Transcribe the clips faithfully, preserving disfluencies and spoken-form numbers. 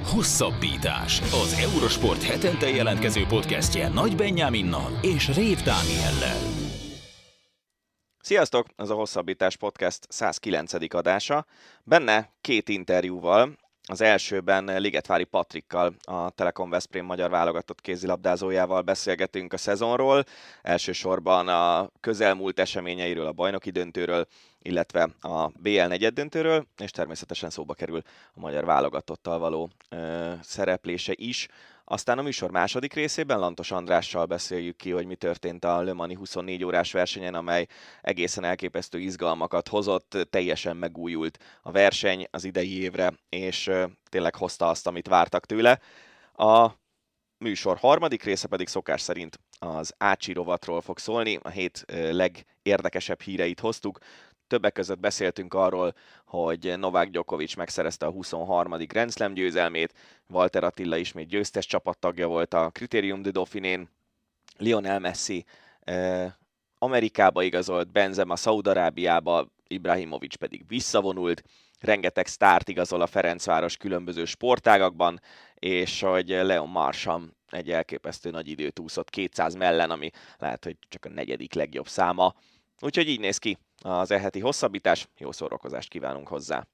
Hosszabbítás, az Eurosport hetente jelentkező podcastje Nagy Benyáminnal és Rév Dániellel. Sziasztok! Ez a Hosszabbítás podcast százkilencedik adása. Benne két interjúval. Az elsőben Ligetvári Patrikkal, a Telekom Veszprém magyar válogatott kézilabdázójával beszélgetünk a szezonról, elsősorban a közelmúlt eseményeiről, a bajnoki döntőről, illetve a bé el negyeddöntőről, és természetesen szóba kerül a magyar válogatottal való ö, szereplése is. Aztán a műsor második részében Lantos Andrással beszéljük ki, hogy mi történt a Le Mani huszonnégy órás versenyen, amely egészen elképesztő izgalmakat hozott, teljesen megújult a verseny az idei évre, és tényleg hozta azt, amit vártak tőle. A műsor harmadik része pedig szokás szerint az Ácsi rovatról fog szólni, a hét legérdekesebb híreit hoztuk. Többek között beszéltünk arról, hogy Novák Djokovic megszerezte a huszonharmadik Grand Slam győzelmét, Walter Attila ismét győztes csapattagja volt a Critérium de Dauphinén, Lionel Messi eh, Amerikába igazolt, Benzema Szaúd-Arábiába, Ibrahimovic pedig visszavonult, rengeteg sztárt igazol a Ferencváros különböző sportágakban, és hogy Leon Marchand egy elképesztő nagy időt úszott kétszáz mellen, ami lehet, hogy csak a negyedik legjobb száma. Úgyhogy így néz ki az e heti hosszabbítás, jó szórakozást kívánunk hozzá!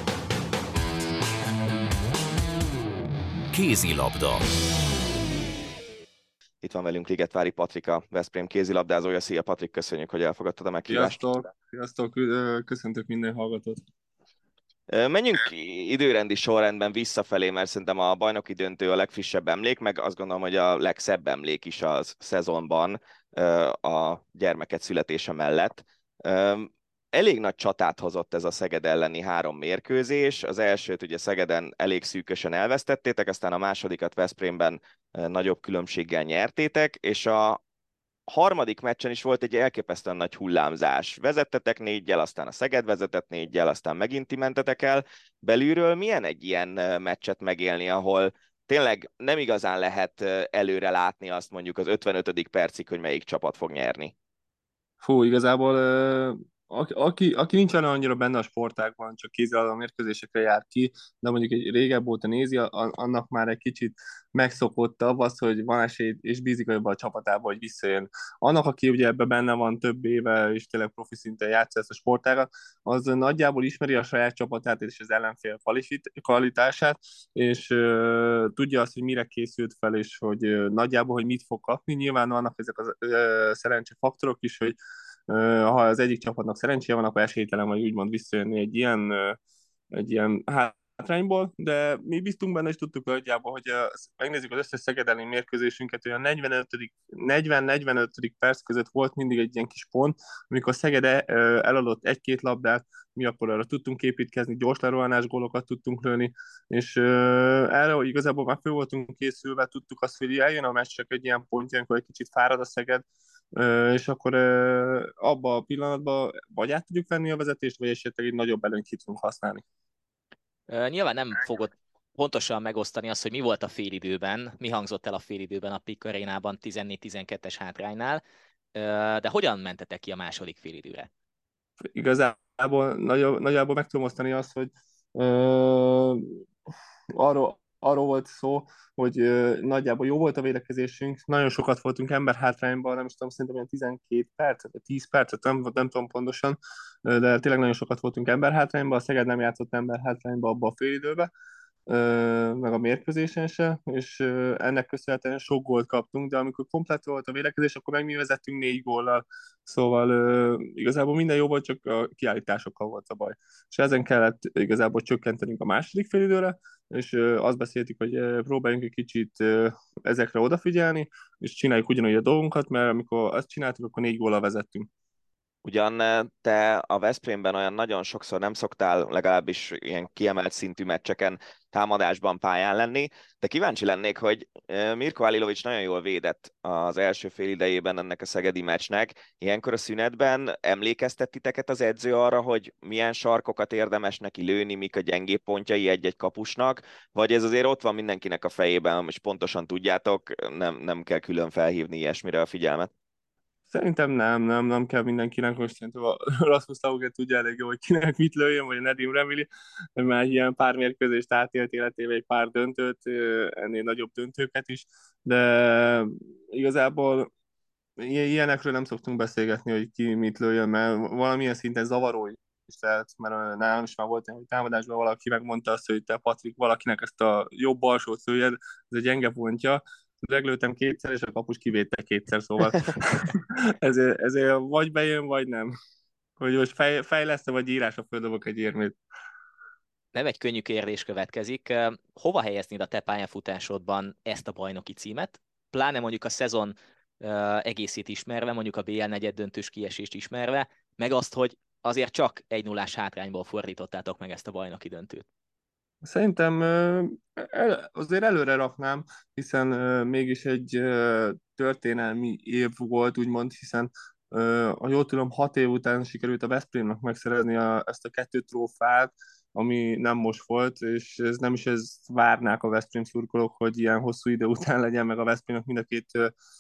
Kézilabda. Itt van velünk Ligetvári Patrik, a Veszprém kézilabdázója. Szia Patrik, köszönjük, hogy elfogadtad a meghívást. Sziasztok! Sziasztok! Köszöntök minden hallgatót! Menjünk időrendi sorrendben visszafelé, mert szerintem a bajnoki döntő a legfrissebb emlék, meg azt gondolom, hogy a legszebb emlék is a szezonban a gyermeket születése mellett. Elég nagy csatát hozott ez a Szeged elleni három mérkőzés. Az elsőt ugye Szegeden elég szűkösen elvesztettétek, aztán a másodikat Veszprémben nagyobb különbséggel nyertétek, és a harmadik meccsen is volt egy elképesztően nagy hullámzás. Vezettetek négyel, aztán a Szeged vezetett négyel, aztán megint ti mentetek el. Belülről milyen egy ilyen meccset megélni, ahol tényleg nem igazán lehet előre látni azt mondjuk az ötvenötödik percig, hogy melyik csapat fog nyerni? Fú, igazából aki, aki, aki nincsen annyira benne a sportágban, csak kézilabda mérkőzésekre jár ki, de mondjuk egy régebb óta nézi, annak már egy kicsit megszokottabb az, hogy van esély, és bízik abban a csapatába, hogy visszajön. Annak, aki ugye ebben benne van több éve, és tényleg profi szinten játsza ezt a sportágat, az nagyjából ismeri a saját csapatát és az ellenfél kvalitását, és uh, tudja azt, hogy mire készült fel, és hogy uh, nagyjából, hogy mit fog kapni. Nyilván vannak ezek a uh, szerencsefaktorok is, hogy ha az egyik csapatnak szerencséje van, akkor esélytelen vagy úgymond visszajönni egy ilyen, egy ilyen hátrányból, de mi bíztunk benne, és tudtuk nagyjából, hogy megnézzük az összes szegedeli mérkőzésünket, olyan negyven-negyvenöt perc között volt mindig egy ilyen kis pont, amikor Szeged eladott egy-két labdát, mi akkor arra tudtunk építkezni, gyors lerohanás gólokat tudtunk lőni, és erre, hogy igazából már fő voltunk készülve, tudtuk azt, hogy eljön a meccs csak egy ilyen pontja, amikor egy kicsit fárad a Szeged, és akkor abban a pillanatban vagy át tudjuk venni a vezetést, vagy esetleg egy nagyobb előnyt ki tudunk használni. Nyilván nem fogod pontosan megosztani azt, hogy mi volt a félidőben, mi hangzott el a félidőben a Pik Arénában tizennégy tizenkettes hátránynál, de hogyan mentetek ki a második félidőre? Igazából nagyobb, nagyjából meg tudom osztani azt, hogy uh, arról, arról volt szó, hogy uh, nagyjából jó volt a védekezésünk, nagyon sokat voltunk emberhátrányban, nem is tudom, szerintem ilyen tizenkét percet, vagy tíz percet, nem, nem tudom pontosan, de tényleg nagyon sokat voltunk emberhátrányban, a Szeged nem játszott emberhátrányban abba a félidőbe, meg a mérkőzésen se, és ennek köszönhetően sok gólt kaptunk, de amikor komplet volt a védekezés, akkor meg mi vezettünk négy góllal, szóval igazából minden jó volt, csak a kiállításokkal volt a baj. És ezen kellett igazából csökkentenünk a második félidőre, és azt beszéltük, hogy próbáljunk egy kicsit ezekre odafigyelni, és csináljuk ugyanúgy a dolgunkat, mert amikor azt csináltuk, akkor négy góllal vezettünk. Ugyan te a Veszprémben olyan nagyon sokszor nem szoktál legalábbis ilyen kiemelt szintű meccseken támadásban pályán lenni, de kíváncsi lennék, hogy Mirko Alilovics nagyon jól védett az első fél idejében ennek a szegedi meccsnek. Ilyenkor a szünetben emlékeztet titeket az edző arra, hogy milyen sarkokat érdemes neki lőni, mik a gyengébb pontjai egy-egy kapusnak, vagy ez azért ott van mindenkinek a fejében, és pontosan tudjátok, nem, nem kell külön felhívni ilyesmire a figyelmet? Szerintem nem, nem, nem kell mindenkinek, most szerintem a Rasmus Lauge tudja elég jó, hogy kinek mit lőjön, vagy a Nedim Remili, már ilyen pár mérkőzést átélt életével, egy pár döntőt, ennél nagyobb döntőket is, de igazából ilyenekről nem szoktunk beszélgetni, hogy ki mit lőjön, mert valamilyen szinten zavaró is lehet, mert nálam is már volt olyan, hogy támadásban valaki megmondta azt, hogy te Patrik, valakinek ezt a jobb alsót lőjed, ez egy gyenge pontja, meglőttem kétszer, és a kapus kivédte kétszer, szóval ezért, ezért vagy bejön, vagy nem. Hogy most fej, fejleszte, vagy írásra földobok egy érmét. Nem egy könnyű kérdés következik. Hova helyeznéd a te pályafutásodban ezt a bajnoki címet? Pláne mondjuk a szezon egészét ismerve, mondjuk a bé el negyeddöntős kiesést ismerve, meg azt, hogy azért csak egy nullás hátrányból fordítottátok meg ezt a bajnoki döntőt. Szerintem el, azért előre raknám, hiszen mégis egy történelmi év volt, úgymond, hiszen ha jól tudom, hat év után sikerült a Veszprémnek megszerezni a, ezt a kettő trófát, ami nem most volt, és ez nem is ez várnák a Veszprém szurkolók, hogy ilyen hosszú idő után legyen meg a Veszprémnek mind a két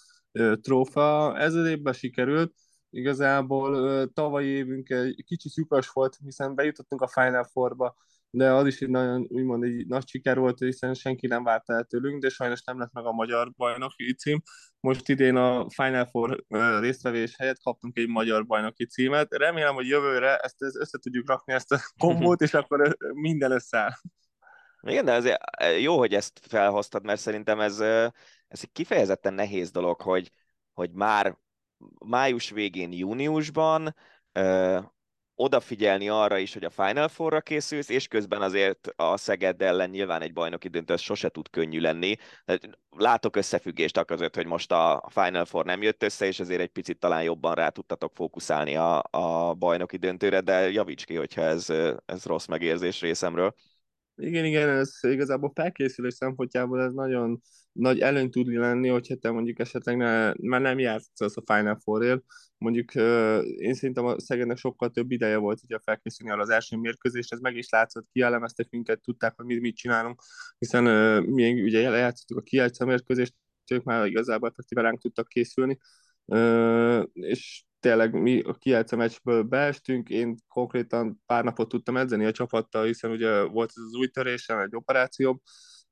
trófa. Ez az évben sikerült. Igazából tavalyi évünk egy kicsit lyukas volt, hiszen bejutottunk a Final Four-ba, de az is egy nagyon, úgymond egy nagy siker volt, hiszen senki nem várta el tőlünk, de sajnos nem lett meg a magyar bajnoki cím. Most idén a Final Four résztvevés helyett kaptunk egy magyar bajnoki címet. Remélem, hogy jövőre ezt össze tudjuk rakni, ezt a kombót, és akkor minden összeáll. Igen, de azért jó, hogy ezt felhoztad, mert szerintem ez, ez egy kifejezetten nehéz dolog, hogy, hogy már május végén, júniusban ö, odafigyelni arra is, hogy a Final Four-ra készülsz, és közben azért a Szeged ellen nyilván egy bajnoki döntő az sose tud könnyű lenni. Látok összefüggést a között, hogy most a Final Four nem jött össze, és ezért egy picit talán jobban rá tudtatok fókuszálni a, a bajnoki döntőre, de javíts ki, hogyha ez, ez rossz megérzés részemről. Igen, igen, ez igazából felkészülés szempontjából ez nagyon nagy előny tud lenni, hogyha te mondjuk esetleg ne, már nem játszasz a Final Four-ért. Mondjuk uh, én szerintem a Szegednek sokkal több ideje volt ugye felkészülni arra az első mérkőzést, ez meg is látszott, kielemeztek minket, tudták, hogy mit, mit csinálunk, hiszen uh, mi ugye lejátszottuk a kijátszó mérkőzést, ők már igazából effektíve ránk tudtak készülni, uh, és tényleg mi a kijátszó meccsből beestünk, én konkrétan pár napot tudtam edzeni a csapattal, hiszen ugye volt ez az új törésem, egy operációm,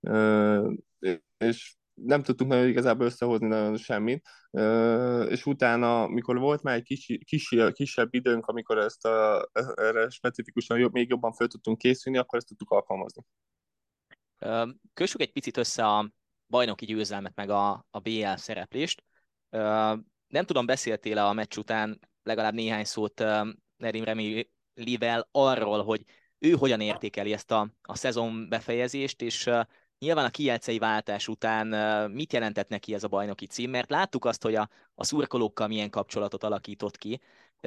és nem tudtunk nagyon igazából összehozni nagyon semmit, és utána, mikor volt már egy kis, kis, kisebb időnk, amikor ezt a, erre specifikusan jobb, még jobban fel tudtunk készülni, akkor ezt tudtuk alkalmazni. Kössük egy picit össze a bajnoki győzelmet meg a, a bé el szereplést. Nem tudom, beszéltél a meccs után legalább néhány szót Nedim Remilivel arról, hogy ő hogyan értékeli ezt a, a szezon befejezést, és nyilván a kielcei váltás után mit jelentett neki ez a bajnoki cím, mert láttuk azt, hogy a, a szurkolókkal milyen kapcsolatot alakított ki.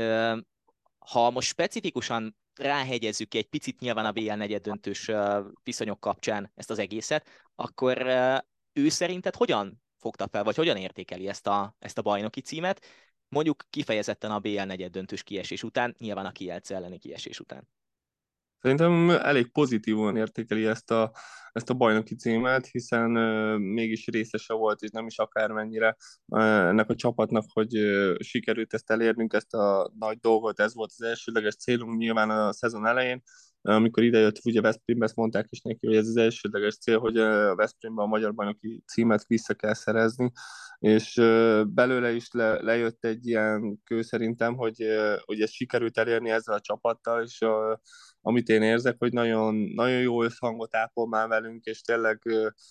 Ha most specifikusan ráhegyezzük ki egy picit nyilván a bé el negyeddöntős viszonyok kapcsán ezt az egészet, akkor ő szerinted hogyan fogta fel, vagy hogyan értékeli ezt a, ezt a bajnoki címet, mondjuk kifejezetten a bé el negyeddöntős kiesés után, nyilván a Kielce elleni kiesés után? Szerintem elég pozitívan értékeli ezt a, ezt a bajnoki címet, hiszen uh, mégis részese volt, és nem is akármennyire uh, ennek a csapatnak, hogy uh, sikerült ezt elérnünk, ezt a nagy dolgot, ez volt az elsődleges célunk nyilván a szezon elején, amikor idejött, ugye Veszprémbe, ezt mondták is neki, hogy ez az elsődleges cél, hogy a Veszprémbe a magyar bajnoki címet vissza kell szerezni, és uh, belőle is le, lejött egy ilyen kő szerintem, hogy, uh, hogy ezt sikerült elérni ezzel a csapattal, és uh, amit én érzek, hogy nagyon, nagyon jó összhangot ápol már velünk, és tényleg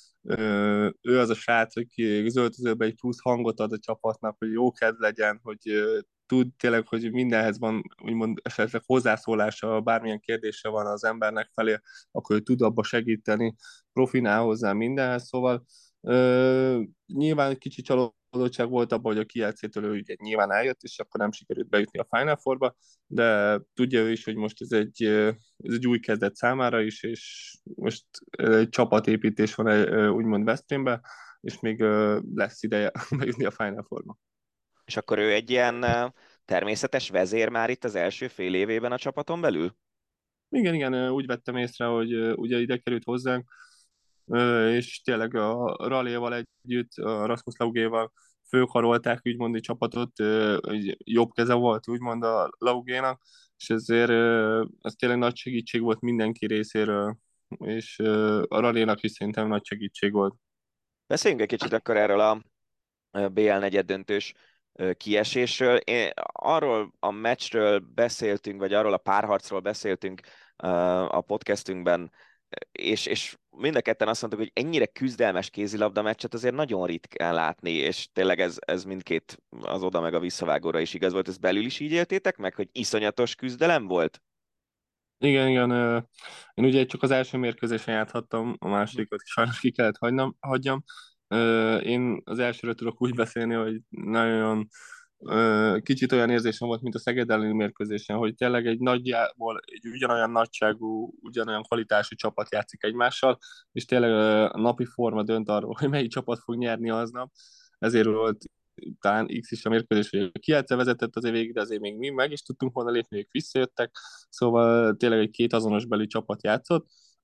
ő az a srác, aki zöldözőben egy plusz hangot ad a csapatnak, hogy jó kedv legyen, hogy tud tényleg, hogy mindenhez van úgymond esetleg hozzászólása, bármilyen kérdése van az embernek felé, akkor ő tud abba segíteni, profinál hozzá mindenhez, szóval ö, nyilván egy kicsi csalódottság volt abban, hogy a Kielcétől ő ugye nyilván eljött, és akkor nem sikerült bejutni a Final Fourba, de tudja ő is, hogy most ez egy, ez egy új kezdet számára is, és most egy csapatépítés van úgymond Veszprémbe, és még lesz ideje bejutni a Final Fourba. És akkor ő egy ilyen természetes vezér már itt az első fél évében a csapaton belül? Igen, igen, úgy vettem észre, hogy ugye ide került hozzánk, és tényleg a Raléval együtt, a Rasmus Laugéval főkarolták, úgymond egy csapatot, egy jobb keze volt, úgymond a Laugénak, és ezért ez tényleg nagy segítség volt mindenki részéről, és a Ralénak is szerintem nagy segítség volt. Beszéljünk egy kicsit akkor erről a bé el negyeddöntős kiesésről. Én arról a meccsről beszéltünk, vagy arról a párharcról beszéltünk a podcastünkben, és, és mind a ketten azt mondtuk, hogy ennyire küzdelmes kézilabda meccset azért nagyon ritkán látni, és tényleg ez, ez mindkét az oda meg a visszavágóra is igaz volt. Ezt belül is így éltétek meg, hogy iszonyatos küzdelem volt? Igen, igen. Én ugye csak az első mérkőzésen játszhattam, a másodikat sajnos ki kellett hagynom, hagyjam. Én az elsőről tudok úgy beszélni, hogy nagyon kicsit olyan érzésem volt, mint a Szeged elleni mérkőzésen, hogy tényleg egy nagyjából egy ugyanolyan nagyságú, ugyanolyan kvalitású csapat játszik egymással, és tényleg a napi forma dönt arról, hogy melyik csapat fog nyerni aznap. Ezért volt talán X is a mérkőzés, hogy ki egyszer vezetett azért végig, de azért még mi meg is tudtunk volna lépni, ők visszajöttek, szóval tényleg egy két azonos belű csapat játszott,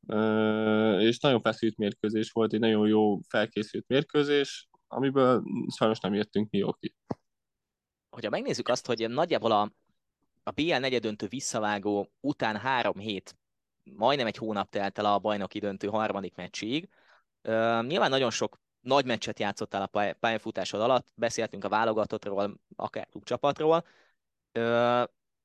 és nagyon feszült mérkőzés volt, egy nagyon jó felkészült mérkőzés, amiből sajnos nem jöttünk mi jók ki. Hogyha megnézzük azt, hogy nagyjából a, a bé el negyedöntő visszavágó után három hét, majdnem egy hónap telt el a bajnoki döntő harmadik meccsig, uh, nyilván nagyon sok nagy meccset játszottál a pályafutásod alatt, beszéltünk a válogatottról, akár klubcsapatról. Ö,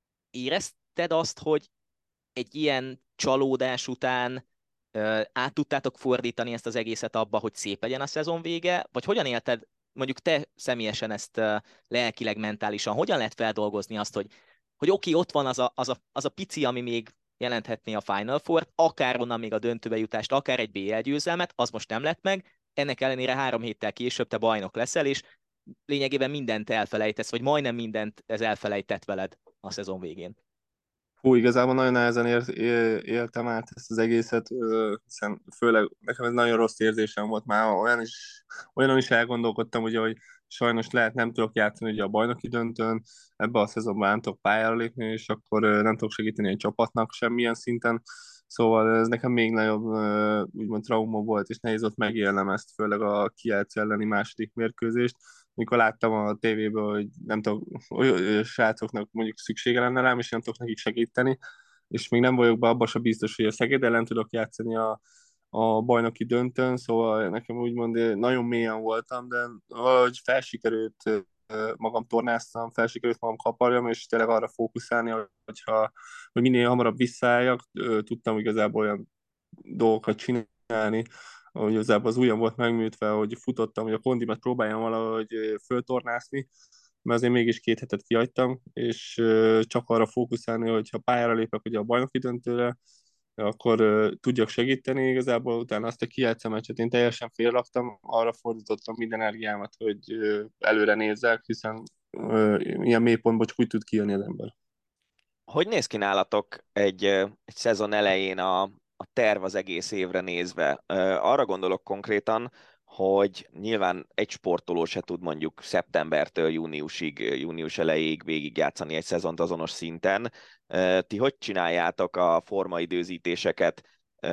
érezted azt, hogy egy ilyen csalódás után ö, át tudtátok fordítani ezt az egészet abba, hogy szép legyen a szezon vége, vagy hogyan élted mondjuk te személyesen ezt ö, lelkileg, mentálisan, hogyan lehet feldolgozni azt, hogy, hogy oké, okay, ott van az a, az, a, az a pici, ami még jelenthetné a Final Four-t, akár onnan még a döntőbe jutást, akár egy bé el győzelmet, az most nem lett meg, ennek ellenére három héttel később te bajnok leszel, és lényegében mindent elfelejtesz, vagy majdnem mindent ez elfelejtett veled a szezon végén. Hú, igazából nagyon nehezen ér, él, éltem át ezt az egészet, hiszen főleg nekem ez nagyon rossz érzésem volt már, olyan is, olyanon is elgondolkodtam, ugye, hogy sajnos lehet nem tudok játszani ugye a bajnoki döntőn, ebbe a szezonban nem tudok pályára lépni, és akkor nem tudok segíteni egy csapatnak semmilyen szinten, szóval ez nekem még nagyobb úgymond trauma volt, és nehéz ott megélnem ezt, főleg a Kielce elleni második mérkőzést, mikor láttam a tévéből, hogy nem tudok, olyan srácoknak mondjuk szüksége lenne rám, és nem tudok nekik segíteni, és még nem vagyok be abban sem biztos, hogy a Szeged ellen tudok játszani a, a bajnoki döntőn, szóval nekem úgymond nagyon mélyen voltam, de valahogy felsikerült magam tornáztam, felsikerült magam kaparjam, és tényleg arra fókuszálni, hogyha, hogy minél hamarabb visszaálljak, tudtam igazából olyan dolgokat csinálni, hogy igazából az ujjam volt megműtve, hogy futottam, hogy a kondimat próbáljam valahogy föltornászni, mert azért mégis két hetet kihagytam, és csak arra fókuszálni, hogy ha pályára lépek ugye a bajnoki döntőre, akkor uh, tudjak segíteni igazából, utána azt a kijátszó meccset én teljesen félraktam, arra fordítottam minden energiámat, hogy uh, előre nézzek, hiszen uh, ilyen mélypontból csak úgy tud kijönni az ember. Hogy néz ki nálatok egy, egy szezon elején a, a terv az egész évre nézve? Arra gondolok konkrétan, hogy nyilván egy sportoló se tud mondjuk szeptembertől júniusig, június elejéig végigjátszani egy szezont azonos szinten. Ti hogy csináljátok a formaidőzítéseket?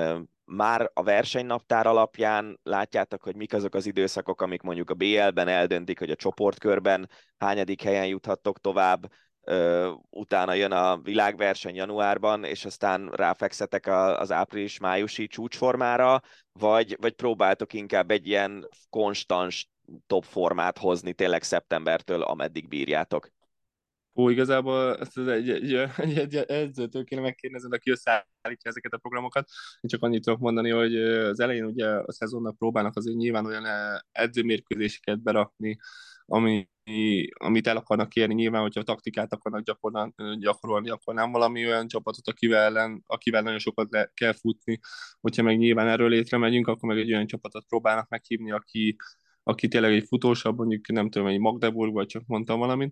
Már a versenynaptár alapján látjátok, hogy mik azok az időszakok, amik mondjuk a bé el-ben eldöntik, hogy a csoportkörben hányadik helyen juthattok tovább, utána jön a világverseny januárban, és aztán ráfekszetek az április-májusi csúcsformára, vagy, vagy próbáltok inkább egy ilyen konstans top formát hozni tényleg szeptembertől, ameddig bírjátok? Hú, igazából ezt az egy, egy, egy, egy edzőtől kéne megkérdezni, aki összeállítja ezeket a programokat. Én csak annyit tudok mondani, hogy az elején ugye a szezonnak próbálnak azért nyilván olyan edzőmérkőzéseket berakni, ami, amit el akarnak érni. Nyilván, hogyha a taktikát akarnak gyakorolni, gyakorolni, akkor nem valami olyan csapatot, akivel, ellen, akivel nagyon sokat le kell futni. Hogyha meg nyilván erről létre megyünk, akkor meg egy olyan csapatot próbálnak meghívni, aki, aki tényleg egy futósabb, mondjuk nem tudom, egy Magdeburg, vagy csak mondtam valamit.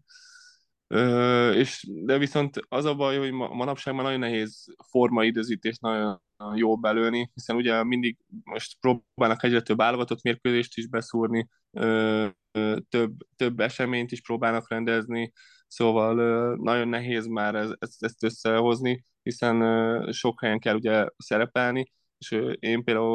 Ö, és, de viszont az a baj, hogy ma, manapság már nagyon nehéz formaidőzítést nagyon, nagyon jó belőni, hiszen ugye mindig most próbálnak egyre több válogatott mérkőzést is beszúrni, ö, ö, több, több eseményt is próbálnak rendezni, szóval ö, nagyon nehéz már ez, ezt, ezt összehozni, hiszen ö, sok helyen kell ugye szerepelni, és ö, én például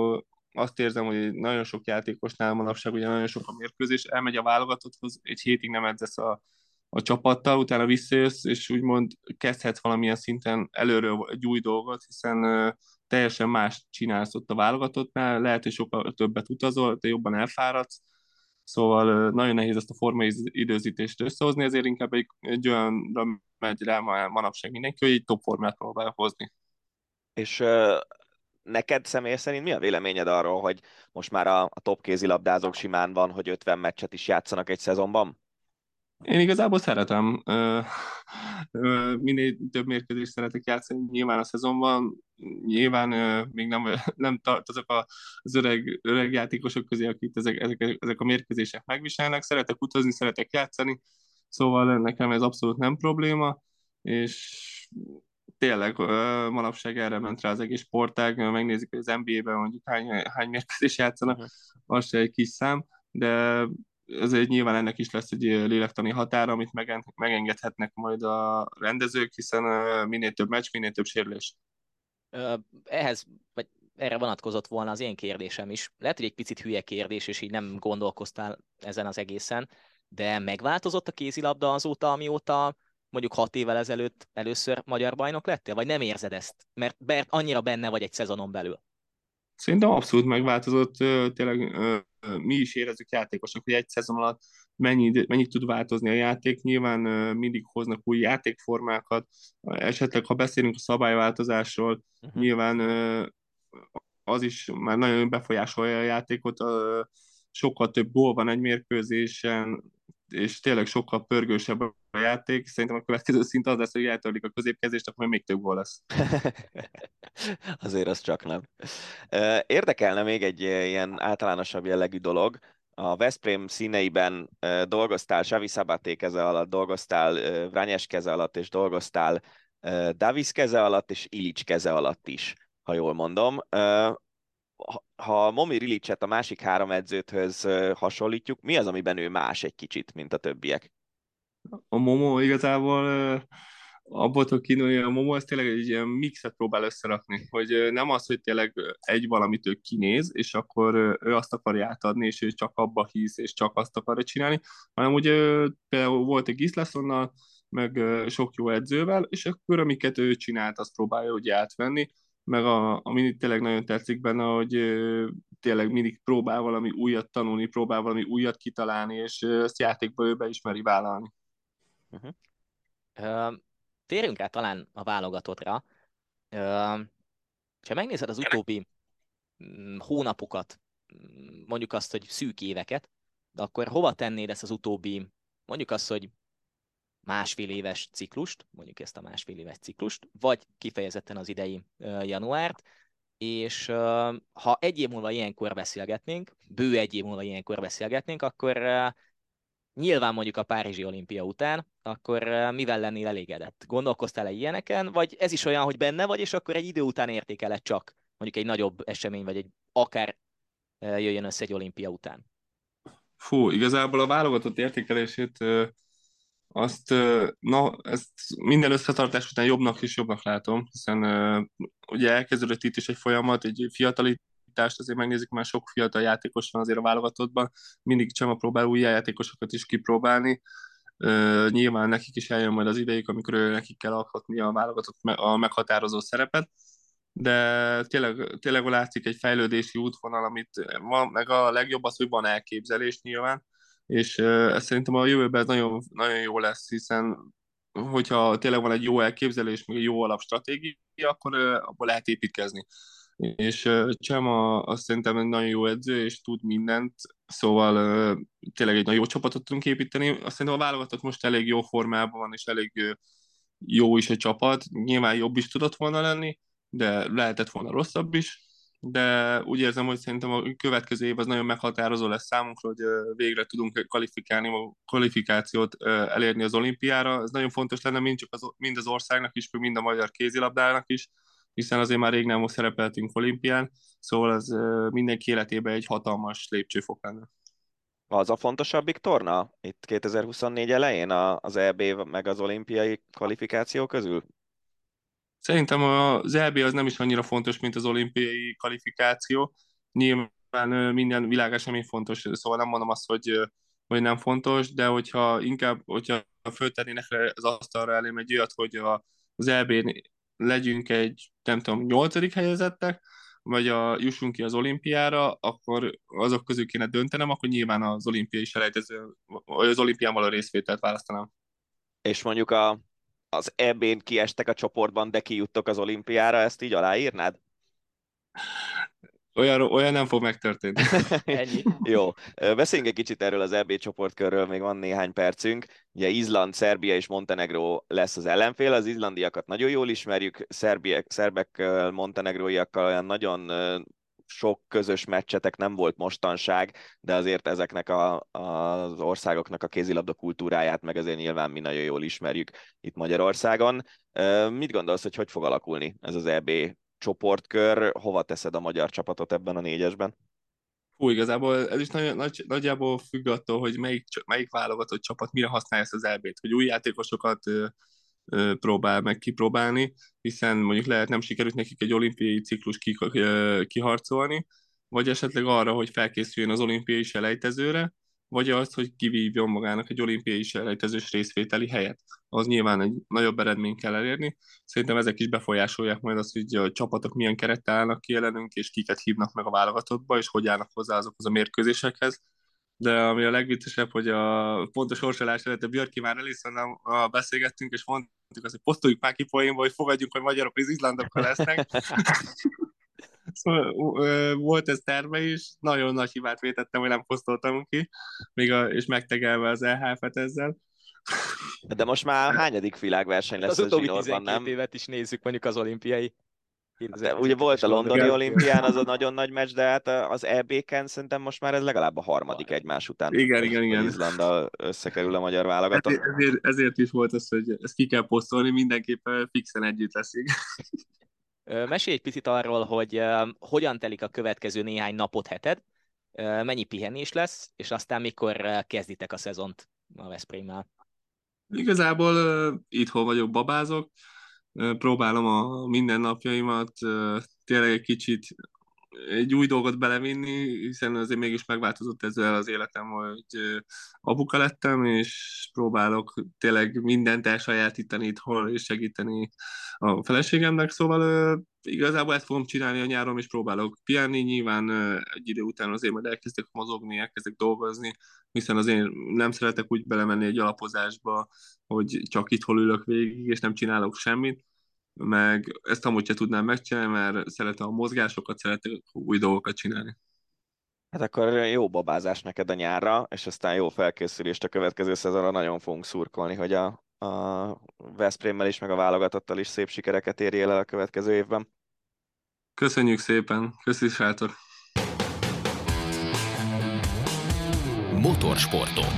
azt érzem, hogy nagyon sok játékosnál manapság ugye nagyon sok a mérkőzés, elmegy a válogatotthoz, egy hétig nem edzesz a, a csapattal, utána visszajössz, és úgymond kezdhetsz valamilyen szinten előről egy új dolgot, hiszen ö, teljesen más csinálsz ott a válogatottnál, lehet, hogy sokkal többet utazol, te jobban elfáradsz, szóval ö, nagyon nehéz ezt a formai időzítést összehozni, ezért inkább egy, egy olyanra megy rá ma- manapság mindenki, hogy egy top formát próbál hozni. És uh, neked személy szerint mi a véleményed arról, hogy most már a, a top kézilabdázók simán van, hogy ötven meccset is játszanak egy szezonban? Én igazából szeretem. Ö, ö, minél több mérkőzést szeretek játszani, nyilván a szezonban, nyilván ö, még nem, nem tartozok a- az öreg, öreg játékosok közé, akik ezek, ezek, ezek a mérkőzések megviselnek. Szeretek utazni, szeretek játszani, szóval nekem ez abszolút nem probléma, és tényleg ö, manapság erre ment rá az egész sportág, megnézik, hogy az en bé á-ben mondjuk hány, hány mérkőzést játszanak, Uh-huh. az se egy kis szám, de ezért nyilván ennek is lesz egy lélektani határa, amit megen- megengedhetnek majd a rendezők, hiszen ö, minél több meccs, minél több sérülés. Ö, Ehhez, vagy erre vonatkozott volna az én kérdésem is. Lehet, hogy egy picit hülye kérdés, és így nem gondolkoztál ezen az egészen, de megváltozott a kézilabda azóta, amióta mondjuk hat évvel ezelőtt először magyar bajnok lettél? Vagy nem érzed ezt? Mert, mert annyira benne vagy egy szezonon belül. Szerintem abszolút megváltozott, ö, tényleg ö, ö, mi is érezzük játékosok, hogy egy szezon alatt mennyi, mennyit tud változni a játék. Nyilván ö, mindig hoznak új játékformákat, esetleg ha beszélünk a szabályváltozásról, Uh-huh. nyilván ö, az is már nagyon befolyásolja a játékot, ö, sokkal több gól van egy mérkőzésen, és tényleg sokkal pörgősebb a játék. Szerintem a következő szint az lesz, hogy eltörlik a középkezést, akkor még több gól lesz. Azért az csak nem. Ö, Érdekelne még egy ö, ilyen általánosabb jellegű dolog. A Veszprém színeiben ö, dolgoztál, Xavi Szabaté keze alatt, dolgoztál ö, Vranyes keze alatt, és dolgoztál ö, Davis keze alatt, és Ilics keze alatt is, ha jól mondom. Ö, ha ha Momir Ilicset a másik három edzőthöz ö, hasonlítjuk, mi az, amiben ő más egy kicsit, mint a többiek? A Momo igazából ö, abból tudok kiindulni, a Momo az tényleg egy ilyen mixet próbál összerakni, hogy ö, nem az, hogy tényleg egy valamit ő kinéz, és akkor ö, ő azt akarja átadni, és ő csak abba hisz, és csak azt akarja csinálni, hanem ugye ö, például volt egy Gislessonnal, meg ö, sok jó edzővel, és akkor amiket ő csinált, azt próbálja ugye átvenni, meg a, ami tényleg nagyon tetszik benne, hogy ö, tényleg mindig próbál valami újat tanulni, próbál valami újat kitalálni, és ö, ezt játékban ő be ismeri vállalni. Uh-huh. Ö, Térjünk át talán a válogatottra. Ö, Ha megnézed az utóbbi mm, hónapokat, mm, mondjuk azt, hogy szűk éveket, de akkor hova tennéd ezt az utóbbi, mondjuk azt, hogy másfél éves ciklust, mondjuk ezt a másfél éves ciklust, vagy kifejezetten az idei ö, januárt, és ö, ha egy év múlva ilyenkor beszélgetnénk, bő egy év múlva ilyenkor beszélgetnénk, akkor ö, nyilván mondjuk a Párizsi olimpia után, akkor ö, mivel lennél elégedett? Gondolkoztál-e ilyeneken, vagy ez is olyan, hogy benne vagy, és akkor egy idő után értékeled csak mondjuk egy nagyobb esemény, vagy egy akár ö, jöjjön össze egy olimpia után? Fú, igazából a válogatott értékelését ö, azt, ö, na, ezt minden összetartás után jobbnak és jobbnak látom, hiszen ö, ugye elkezdődött itt is egy folyamat, egy fiatalitást azért megnézik, már sok fiatal játékos van azért a válogatottban, mindig Csema próbál új játékosokat is kipróbálni. Ö, nyilván nekik is eljön majd az idejük, amikor ő, nekik kell alkotni a válogatott me- a meghatározó szerepet, de tényleg, tényleg látszik egy fejlődési útvonal, amit van, meg a legjobb az, hogy van elképzelés nyilván, és uh, ez szerintem a jövőben ez nagyon, nagyon jó lesz, hiszen hogyha tényleg van egy jó elképzelés, meg egy jó alapstratégia, akkor uh, abból lehet építkezni. És uh, Csema azt szerintem egy nagyon jó edző, és tud mindent, szóval uh, tényleg egy nagyon jó csapatot tudunk építeni. Azt szerintem a válogatott most elég jó formában van, és elég uh, jó is a csapat. Nyilván jobb is tudott volna lenni, de lehetett volna rosszabb is, de úgy érzem, hogy szerintem a következő év az nagyon meghatározó lesz számunkra, hogy ö, végre tudunk kvalifikálni, a kvalifikációt ö, elérni az olimpiára. Ez nagyon fontos lenne mind, csak az, mind az országnak is, mind a magyar kézilabdának is, hiszen azért már rég nem most szerepeltünk olimpián, szóval ez ö, mindenki életében egy hatalmas lépcsőfok lenne. Az a fontosabbik torna itt kétezer-huszonnégy elején a- az é bé meg az olimpiai kvalifikáció közül? Szerintem az é bé az nem is annyira fontos, mint az olimpiai kvalifikáció, Nyilván ö, minden világesemény fontos, szóval nem mondom azt, hogy, ö, hogy nem fontos, de hogyha inkább, hogyha föltennének le az asztalra elém egy olyat, hogy a, az é bén legyünk egy, nem tudom, nyolcadik helyezettek, vagy a, jussunk ki az olimpiára, akkor azok közül kéne döntenem, akkor nyilván az olimpiai selejtező, vagy az olimpián való részvételt választanám. És mondjuk a, az é bén kiestek a csoportban, de kijuttok az olimpiára, ezt így aláírnád? Olyan, olyan nem fog megtörténni. Ennyi. Jó, beszéljünk egy kicsit erről az é bé csoportkörről, még van néhány percünk. Ugye Izland, Szerbia és Montenegró lesz az ellenfél, az izlandiakat nagyon jól ismerjük, szerbiek, szerbek, montenegróiakkal olyan nagyon sok közös meccsetek nem volt mostanság, de azért ezeknek a, az országoknak a kézilabda kultúráját meg azért nyilván mi nagyon jól ismerjük itt Magyarországon. Mit gondolsz, hogy hogy fog alakulni ez az é bé csoportkör, hova teszed a magyar csapatot ebben a négyesben? Hú, igazából ez is nagy, nagy, nagyjából függ attól, hogy melyik, melyik válogatott csapat mire használja ezt az é bét, hogy új játékosokat ö, ö, próbál meg kipróbálni, hiszen mondjuk lehet nem sikerült nekik egy olimpiai ciklus ki, ö, kiharcolni, vagy esetleg arra, hogy felkészüljön az olimpiai selejtezőre, vagy azt, hogy kivívjon magának egy olimpiai selejtezős részvételi helyet. Az nyilván egy nagyobb eredményt kell elérni. Szerintem ezek is befolyásolják majd azt, hogy a csapatok milyen kerettel állnak ki ellenünk, és kiket hívnak meg a válogatottba, és hogy állnak hozzá azokhoz a mérkőzésekhez. De ami a legviccesebb, hogy a pontos sorsolás előtt a Björki már Elissonnal beszélgettünk, és mondtuk azt, hogy posztoljuk már ki poénba, hogy fogadjunk, hogy magyarok az izlandokkal lesznek. Szóval, volt ez terve is, nagyon nagy hibát vétettem, hogy nem posztoltam ki, még a, és megtegelve az é há ef-et ezzel. De most már hányadik világverseny lesz Az a utóbbi zsinórban, tizenkét nem? évet is nézzük, mondjuk az olimpiai. De ugye volt a londoni Igen. olimpián az a nagyon nagy meccs, de hát az é bé-ken szerintem most már ez legalább a harmadik egymás után. Igen, hogy, igen, igen. hogy Izlanddal összekerül a magyar válogatott. Ezért, ezért, ezért is volt az, hogy ezt ki kell posztolni, mindenképpen fixen együtt leszünk. Mesélj egy picit arról, hogy hogyan telik a következő néhány napot, heted, mennyi pihenés lesz, és aztán mikor kezditek a szezont a Veszprémmel. Igazából uh, itthon vagyok, babázok, uh, próbálom a mindennapjaimat uh, tényleg egy kicsit egy új dolgot belevinni, hiszen azért mégis megváltozott ezzel az életem, hogy uh, apuka lettem, és próbálok tényleg mindent elsajátítani itthon, és segíteni a feleségemnek, szóval uh, igazából ezt fogom csinálni a nyáron, és próbálok pihenni, nyilván uh, egy idő után azért majd elkezdek mozogni, elkezdek dolgozni, hiszen azért nem szeretek úgy belemenni egy alapozásba, hogy csak itt hol ülök végig, és nem csinálok semmit, meg ezt amúgy se tudnám megcsinálni, mert szeretem a mozgásokat, szeretek új dolgokat csinálni. Hát akkor jó babázás neked a nyárra, és aztán jó felkészülést a következő szezonra, nagyon fogunk szurkolni, hogy a, a Veszprémmel is, meg a válogatottal is szép sikereket érjél el a következő évben. Köszönjük szépen, köszönjük srácok! Motorsportok.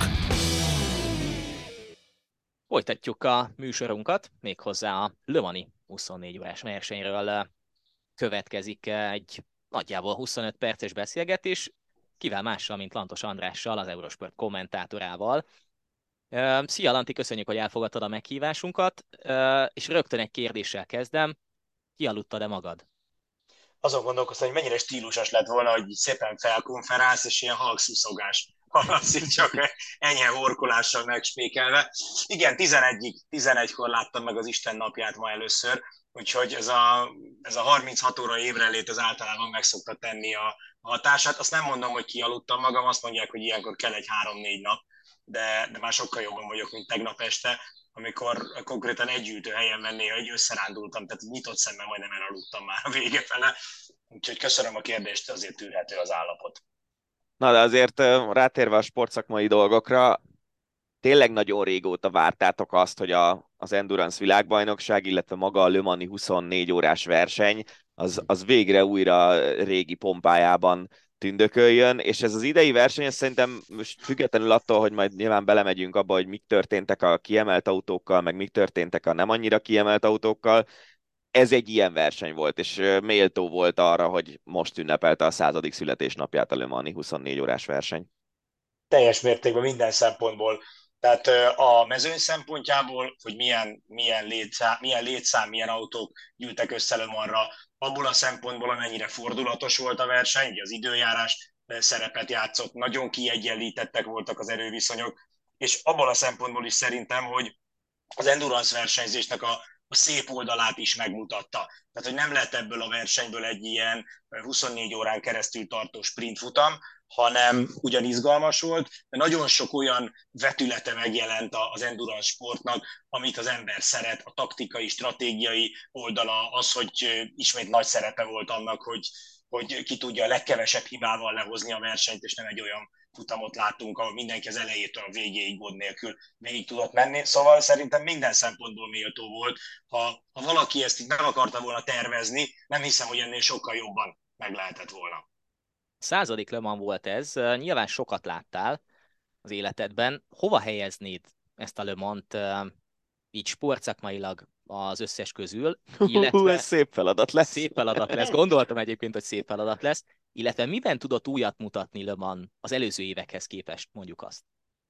Folytatjuk a műsorunkat, méghozzá a Le Mans-i huszonnégy órás versenyről következik egy nagyjából huszonöt perces beszélgetés, kivel mással, mint Lantos Andrással, az Eurosport kommentátorával. Szia Lanti, köszönjük, hogy elfogadtad a meghívásunkat, és rögtön egy kérdéssel kezdem. Kialudtad-e magad? Azon gondolkoztam, hogy mennyire stílusos lett volna, hogy szépen felkonferálsz, és ilyen halkszuszogás hallatszik, csak enyhe horkolással megspékelve. Igen, tizenegyig, tizenegykor láttam meg az Isten napját ma először, úgyhogy ez a, ez a harminchat óra ébrenlét az általában meg szokta tenni a hatását. Azt nem mondom, hogy kialudtam magam, azt mondják, hogy ilyenkor kell egy három-négy nap, de, de már sokkal jobban vagyok, mint tegnap este, amikor konkrétan egy ültőhelyen menné, hogy összerándultam, tehát nyitott szemmel majdnem elaludtam már a vége fele. Úgyhogy köszönöm a kérdést, azért tűrhető az állapot. Na de azért rátérve a sportszakmai dolgokra, tényleg nagyon régóta vártátok azt, hogy a, az Endurance világbajnokság, illetve maga a Le Mans-i huszonnégy órás verseny, az, az végre újra régi pompájában tündököljön, és ez az idei verseny, ez szerintem most függetlenül attól, hogy majd nyilván belemegyünk abba, hogy mik történtek a kiemelt autókkal, meg mik történtek a nem annyira kiemelt autókkal, ez egy ilyen verseny volt, és méltó volt arra, hogy most ünnepelte a századik születésnapját a Le Mans-i huszonnégy órás verseny. Teljes mértékben minden szempontból Tehát a mezőny szempontjából, hogy milyen, milyen, létszám, milyen létszám, milyen autók gyűltek össze Le Mansra, abból a szempontból, amennyire fordulatos volt a verseny, ugye az időjárás szerepet játszott, nagyon kiegyenlítettek voltak az erőviszonyok, és abból a szempontból is szerintem, hogy az endurance versenyzésnek a, a szép oldalát is megmutatta. Tehát, hogy nem lett ebből a versenyből egy ilyen huszonnégy órán keresztül tartó sprintfutam, hanem ugyan izgalmas volt, de nagyon sok olyan vetülete megjelent az endurance sportnak, amit az ember szeret, a taktikai, stratégiai oldala, az, hogy ismét nagy szerepe volt annak, hogy, hogy ki tudja a legkevesebb hibával lehozni a versenyt, és nem egy olyan futamot láttunk, ahol mindenki az elejétől a végéig gond nélkül végig tudott menni. Szóval szerintem minden szempontból méltó volt. Ha, ha valaki ezt így meg akarta volna tervezni, nem hiszem, hogy ennél sokkal jobban meg lehetett volna. A századik Le Mans volt ez, nyilván sokat láttál az életedben. Hova helyeznéd ezt a Le Mans-t így sportszakmailag az összes közül? Illetve... Hú, ez szép feladat lesz. Szép feladat lesz. Gondoltam egyébként, hogy szép feladat lesz. Illetve miben tudott újat mutatni Le Mans az előző évekhez képest, mondjuk azt?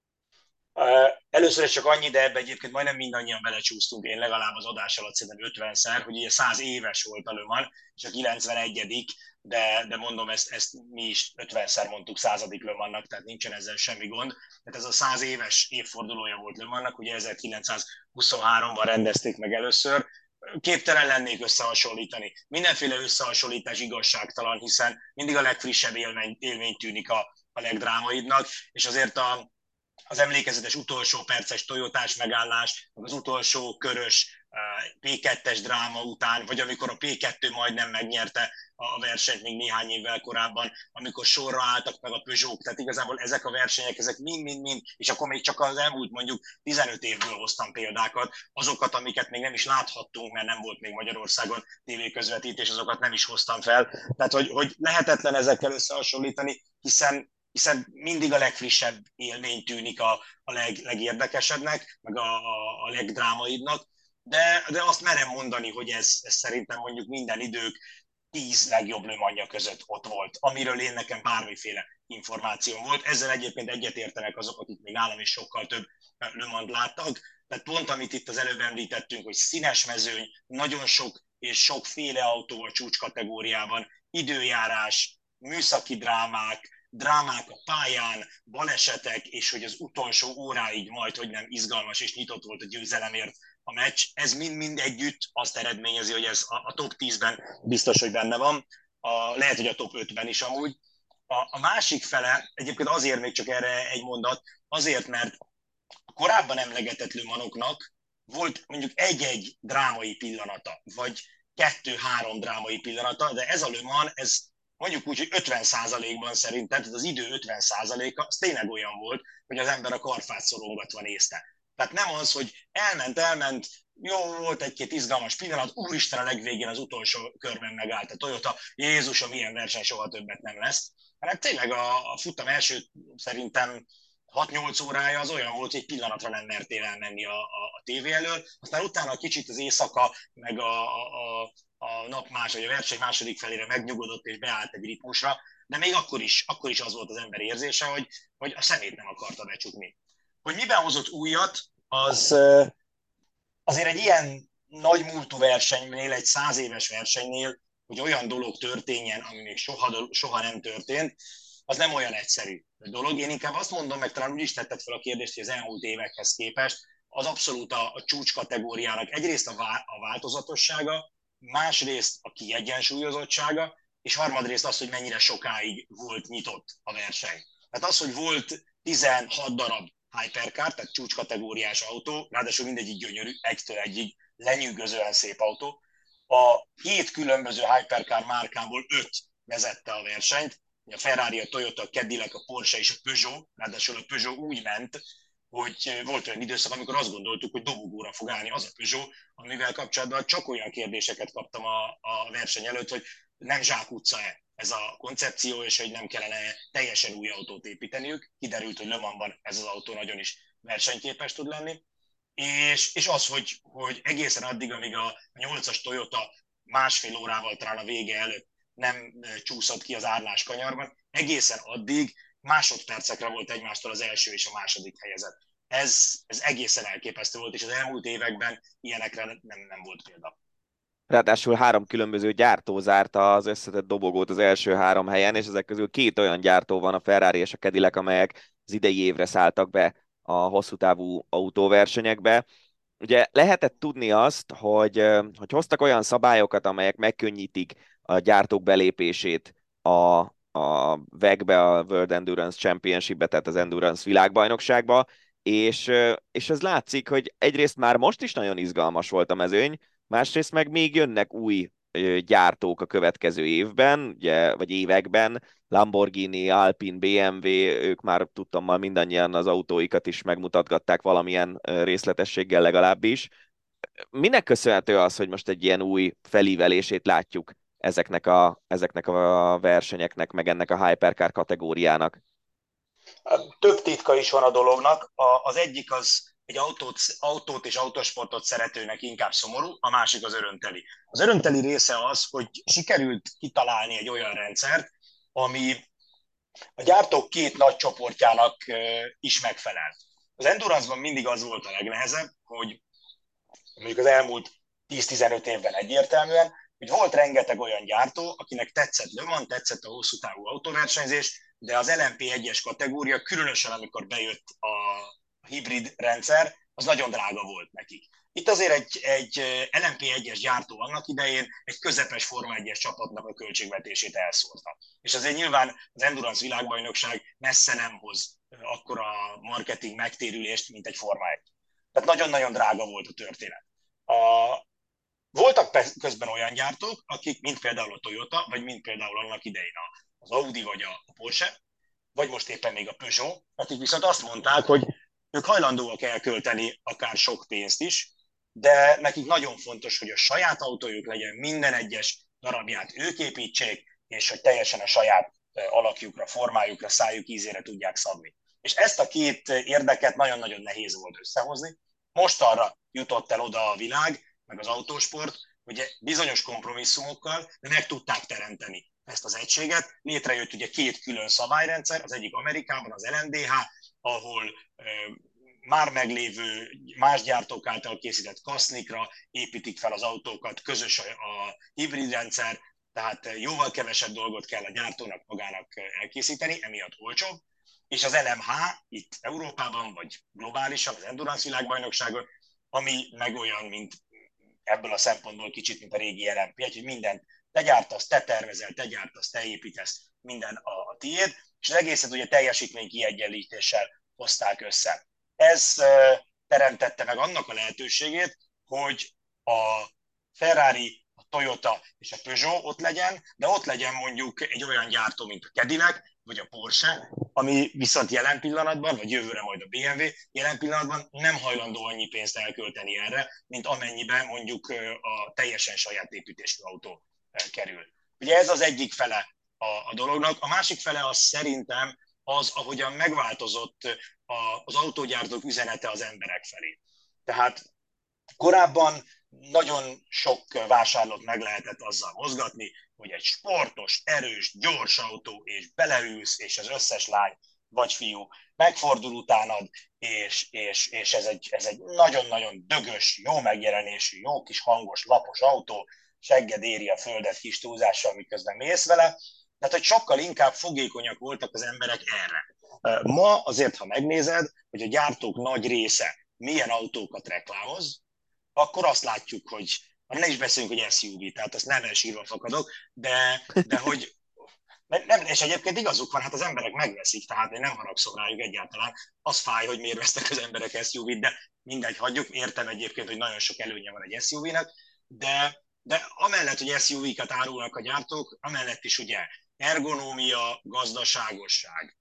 Először is csak annyi, de ebbe egyébként majdnem mindannyian belecsúsztunk, én legalább az adás alatt szerintem ötvenszer, hogy ugye száz éves volt a Le Mans, és a kilencvenegyedik de, de mondom, ezt, ezt mi is ötvenszer mondtuk századik Le Mansnak, tehát nincsen ezzel semmi gond. Tehát ez a száz éves évfordulója volt Le Mansnak, ugye ezerkilencszázhuszonháromban rendezték meg először, képtelen lennék összehasonlítani. Mindenféle összehasonlítás igazságtalan, hiszen mindig a legfrissebb élmény, élmény tűnik a, a legdrámaidnak, és azért a az emlékezetes utolsó perces Toyotás megállás, az utolsó körös pé kettes dráma után, vagy amikor a pé kettő majdnem megnyerte a versenyt még néhány évvel korábban, amikor sorra álltak meg a Peugeot, tehát igazából ezek a versenyek, ezek mind-mind-mind, és akkor még csak az elmúlt mondjuk tizenöt évből hoztam példákat, azokat, amiket még nem is láthattunk, mert nem volt még Magyarországon tévéközvetítés, azokat nem is hoztam fel. Tehát, hogy, hogy lehetetlen ezekkel összehasonlítani, hiszen hiszen mindig a legfrissebb élmény tűnik a, a leg, legérdekesebbnek, meg a, a, a legdrámaidnak, de, de azt merem mondani, hogy ez, ez szerintem mondjuk minden idők tíz legjobb Le Mans-ja között ott volt, amiről én nekem bármiféle információm volt. Ezzel egyébként egyetértenek azok, akik még nálam is sokkal több Le Mans-t láttak. Tehát pont, amit itt az előbb említettünk, hogy színes mezőny, nagyon sok és sokféle autó a csúcskategóriában, időjárás, műszaki drámák, drámák a pályán, balesetek, és hogy az utolsó óráig majd, hogy nem izgalmas és nyitott volt a győzelemért a meccs, ez mind-mind együtt azt eredményezi, hogy ez a, a top tízben biztos, hogy benne van, a, lehet, hogy a top ötben is amúgy. A, a másik fele, egyébként azért még csak erre egy mondat, azért, mert a korábban emlegetett Le Mansoknak volt mondjuk egy-egy drámai pillanata, vagy kettő-három drámai pillanata, de ez a Le Mans, ez mondjuk úgy, hogy ötven százalékban szerintem, tehát az idő ötven százaléka, az tényleg olyan volt, hogy az ember a karfát szorongatva nézte. Tehát nem az, hogy elment, elment, jó, volt egy-két izgalmas pillanat, úristen, a legvégén az utolsó körben megállt a Toyota, Jézusom, milyen verseny soha többet nem lesz. Hanem tényleg a, a futam első szerintem hat-nyolc órája az olyan volt, hogy egy pillanatra nem mertél elmenni a, a, a tévé elől, aztán utána kicsit az éjszaka, meg a, a, a nap más, vagy a verseny második felére megnyugodott és beállt egy ritmusra, de még akkor is, akkor is az volt az ember érzése, hogy, hogy a szemét nem akarta becsukni. Hogy miben hozott újat, az azért egy ilyen nagy múltú versenynél, egy száz éves versenynél, hogy olyan dolog történjen, ami még soha, soha nem történt, az nem olyan egyszerű dolog. Én inkább azt mondom, meg talán úgy is tetted fel a kérdést, hogy az elmúlt évekhez képest az abszolút a, a csúcs kategóriának egyrészt a, vá, a változatossága, másrészt a kiegyensúlyozottsága, és harmadrészt az, hogy mennyire sokáig volt nyitott a verseny. Tehát az, hogy volt tizenhat darab hypercar, tehát csúcskategóriás autó, ráadásul mindegyik gyönyörű, egytől egyig lenyűgözően szép autó. A hét különböző hypercar márkából öt vezette a versenyt, a Ferrari, a Toyota, a Cadillac, a Porsche és a Peugeot, ráadásul a Peugeot úgy ment, hogy volt olyan időszak, amikor azt gondoltuk, hogy dobogóra fog állni az a Peugeot, amivel kapcsolatban csak olyan kérdéseket kaptam a, a verseny előtt, hogy nem zsákutca-e ez a koncepció, és hogy nem kellene teljesen új autót építeniük. Kiderült, hogy Le Mansban ez az autó nagyon is versenyképes tud lenni. És, és az, hogy, hogy egészen addig, amíg a nyolcas Toyota másfél órával talán a vége előtt nem csúszott ki az árlás kanyarban, egészen addig másodpercekre volt egymástól az első és a második helyezett. ez, ez egészen elképesztő volt, és az elmúlt években ilyenekre nem, nem volt példa. Ráadásul három különböző gyártó zárta az összetett dobogót az első három helyen, és ezek közül két olyan gyártó van, a Ferrari és a Cadillac, amelyek az idei évre szálltak be a hosszú távú autóversenyekbe. Ugye lehetett tudni azt, hogy, hogy hoztak olyan szabályokat, amelyek megkönnyítik a gyártók belépését a, a vé e gbe, a World Endurance Championship-be, tehát az Endurance világbajnokságba, és, és ez látszik, hogy egyrészt már most is nagyon izgalmas volt a mezőny, másrészt meg még jönnek új ö, gyártók a következő évben, ugye, vagy években, Lamborghini, Alpine, bé em vé, ők már tudtommal mindannyian az autóikat is megmutatgatták valamilyen ö, részletességgel legalábbis. Minek köszönhető az, hogy most egy ilyen új felívelését látjuk ezeknek a, ezeknek a versenyeknek, meg ennek a hypercar kategóriának? Több titka is van a dolognak. A, az egyik az egy autót, autót és autósportot szeretőnek inkább szomorú, a másik az örömteli. Az örömteli része az, hogy sikerült kitalálni egy olyan rendszert, ami a gyártók két nagy csoportjának is megfelel. Az Endurance-ban mindig az volt a legnehezebb, hogy mondjuk az elmúlt tíz-tizenöt évben egyértelműen, hogy volt rengeteg olyan gyártó, akinek tetszett Le Mans, tetszett a hosszú távú autóversenyzés, de az el em pé egyes kategória, különösen amikor bejött a hibrid rendszer, az nagyon drága volt nekik. Itt azért egy, egy el em pé egyes gyártó annak idején egy közepes Forma egyes csapatnak a költségvetését elszórta. És azért nyilván az Endurance világbajnokság messze nem hoz akkora marketing megtérülést, mint egy Forma egy. Tehát nagyon-nagyon drága volt a történet. A, voltak közben olyan gyártók, akik, mint például a Toyota, vagy mint például annak idején az Audi, vagy a Porsche, vagy most éppen még a Peugeot, akik viszont azt mondták, hogy ők hajlandóak elkölteni akár sok pénzt is, de nekik nagyon fontos, hogy a saját autójuk legyen, minden egyes darabját ők építsék, és hogy teljesen a saját alakjukra, formájukra, szájuk ízére tudják szabni. És ezt a két érdeket nagyon-nagyon nehéz volt összehozni. Most arra jutott el oda a világ, meg az autósport, hogy bizonyos kompromisszumokkal meg tudták teremteni ezt az egységet. Létrejött ugye két külön szabályrendszer, az egyik Amerikában, az el en dé há, ahol e, már meglévő más gyártók által készített kasznikra építik fel az autókat, közös a, a hibrid rendszer, tehát jóval kevesebb dolgot kell a gyártónak magának elkészíteni, emiatt olcsóbb. És az el em há itt Európában, vagy globálisan, az Endurance világbajnokságon, ami meg olyan, mint ebből a szempontból kicsit, mint a régi el em pé, hogy mindent te gyártasz, te tervezel, te gyártasz, te építesz, minden a, a tiéd, és az egészet ugye teljesítmény kiegyenlítéssel hozták össze. Ez uh, teremtette meg annak a lehetőségét, hogy a Ferrari, a Toyota és a Peugeot ott legyen, de ott legyen mondjuk egy olyan gyártó, mint a Cadillac, vagy a Porsche, ami viszont jelen pillanatban, vagy jövőre majd a bé em vé, jelen pillanatban nem hajlandó annyi pénzt elkölteni erre, mint amennyiben mondjuk a teljesen saját építésű autó kerül. Ugye ez az egyik fele a, a dolognak. A másik fele az szerintem az, ahogyan megváltozott a, az autógyártók üzenete az emberek felé. Tehát korábban nagyon sok vásárlót meg lehetett azzal mozgatni, hogy egy sportos, erős, gyors autó, és beleülsz, és az összes lány vagy fiú megfordul utánad, és, és, és ez, egy, ez egy nagyon-nagyon dögös, jó megjelenésű, jó kis hangos, lapos autó, segged éri a földet kis túlzással, miközben mész vele. Tehát, hogy sokkal inkább fogékonyak voltak az emberek erre. Ma azért, ha megnézed, hogy a gyártók nagy része milyen autókat reklámoz, akkor azt látjuk, hogy ne is beszéljünk, hogy es u vé, tehát azt nem elsírva fakadok, de, de hogy nem, és egyébként igazuk van, hát az emberek megveszik, tehát én nem haragszom rájuk egyáltalán. Az fáj, hogy miért vesznek az emberek es u vét, de mindegy, hagyjuk. Értem egyébként, hogy nagyon sok előnye van egy es u vének, de, de amellett, hogy es u vékat árulnak a gyártók, amellett is ugye ergonómia, gazdaságosság,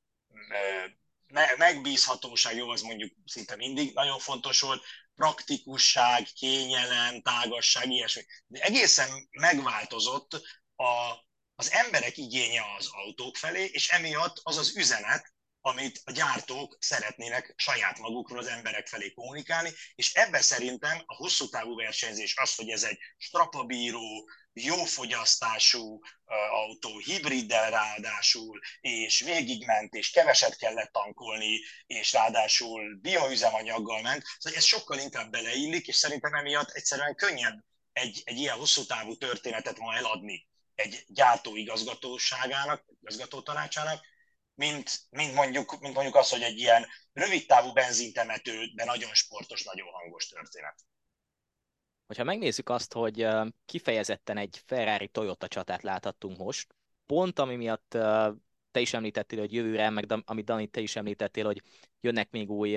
megbízhatóság, jó, az mondjuk szinte mindig nagyon fontos volt, praktikusság, kényelem, tágasság, ilyesmi. De egészen megváltozott a, az emberek igénye az autók felé, és emiatt az az üzenet, amit a gyártók szeretnének saját magukról az emberek felé kommunikálni, és ebben szerintem a hosszú távú versenyzés az, hogy ez egy strapabíró, jó fogyasztású autó, hibriddel ráadásul, és végigment, és keveset kellett tankolni, és ráadásul bioüzemanyaggal ment. Szóval ez sokkal inkább beleillik, és szerintem emiatt egyszerűen könnyebb egy, egy ilyen hosszú távú történetet ma eladni egy gyártó igazgatóságának, igazgatótanácsának, mint, mint, mondjuk, mint mondjuk az, hogy egy ilyen rövidtávú benzintemető, de nagyon sportos, nagyon hangos történet. Hogyha megnézzük azt, hogy kifejezetten egy Ferrari-Toyota csatát láthattunk most, pont ami miatt te is említettél, hogy jövőre, meg amit Dani, te is említettél, hogy jönnek még új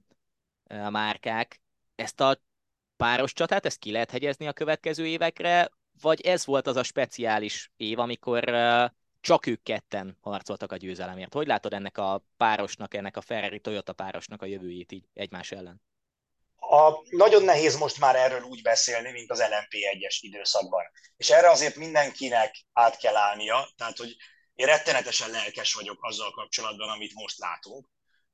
márkák, ezt a páros csatát, ezt ki lehet hegyezni a következő évekre, vagy ez volt az a speciális év, amikor csak ők ketten harcoltak a győzelemért? Hogy látod ennek a párosnak, ennek a Ferrari-Toyota párosnak a jövőjét így egymás ellen? A, nagyon nehéz most már erről úgy beszélni, mint az el em pé egyes időszakban. És erre azért mindenkinek át kell állnia, tehát hogy én rettenetesen lelkes vagyok azzal kapcsolatban, amit most látunk,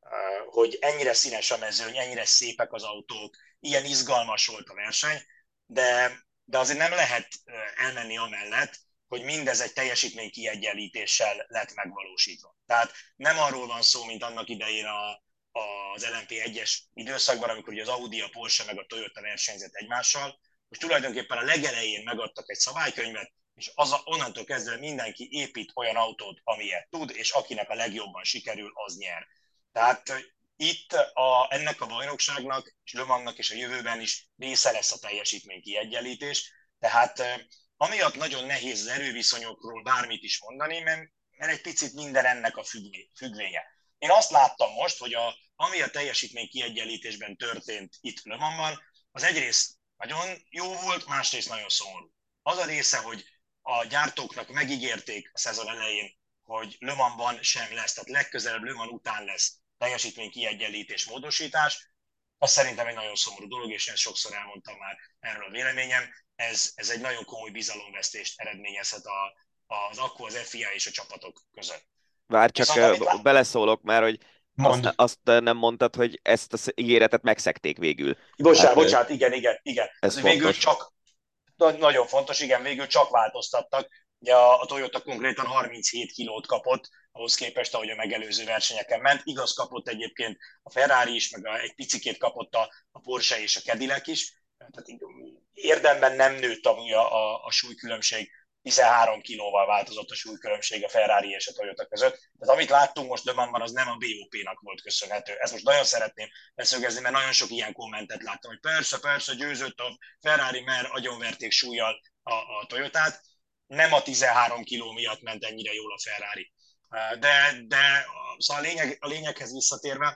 hogy ennyire színes a mezőny, ennyire szépek az autók, ilyen izgalmas volt a verseny, de, de azért nem lehet elmenni amellett, hogy mindez egy teljesítménykiegyenlítéssel lett megvalósítva. Tehát nem arról van szó, mint annak idején a az el em pé egyes időszakban, amikor ugye az Audi, a Porsche meg a Toyota versenyzett egymással. Most tulajdonképpen a legelején megadtak egy szabálykönyvet, és az a, onnantól kezdve mindenki épít olyan autót, amilyet tud, és akinek a legjobban sikerül, az nyer. Tehát itt a, ennek a bajnokságnak, és Le Mansnak és a jövőben is része lesz a teljesítménykiegyenlítés. Tehát amiatt nagyon nehéz az erőviszonyokról bármit is mondani, mert, mert egy picit minden ennek a függvénye. Én azt láttam most, hogy a, ami a teljesítmény kiegyenlítésben történt itt Le Mansban, az egyrészt nagyon jó volt, másrészt nagyon szomorú. Az a része, hogy a gyártóknak megígérték a szezon elején, hogy Le Mansban sem lesz, tehát legközelebb Le Mans után lesz teljesítmény kiegyenlítés, módosítás, az szerintem egy nagyon szomorú dolog, és ezt sokszor elmondtam már erről a véleményem. Ez, ez egy nagyon komoly bizalomvesztést eredményezhet a, az akkor az ef i á és a csapatok között. Várj, csak lát... beleszólok, mert hogy azt, azt nem mondtad, hogy ezt az ígéretet megszegték végül. Bocsánat, hát, bocsánat, igen, igen, igen. Ez végül csak, nagyon fontos, igen, végül csak változtattak. Ugye a, a Toyota konkrétan harminchét kilót kapott, ahhoz képest, ahogy a megelőző versenyeken ment. Igaz, kapott egyébként a Ferrari is, meg a, egy picikét kapott a, a Porsche és a Cadillac is. Tehát érdemben nem nőtt a, a, a súlykülönbség. tizenhárom kilóval változott a súlykülönbség a Ferrari és a Toyota között. Tehát amit láttunk most Le Mansban, az nem a bé o pé-nak volt köszönhető. Ezt most nagyon szeretném leszögezni, mert nagyon sok ilyen kommentet láttam, hogy persze, persze, győzött a Ferrari, mert agyonverték súllyal a, a Toyotát. Nem a tizenhárom kiló miatt ment ennyire jól a Ferrari. De, de szóval a, lényeg, a lényeghez visszatérve,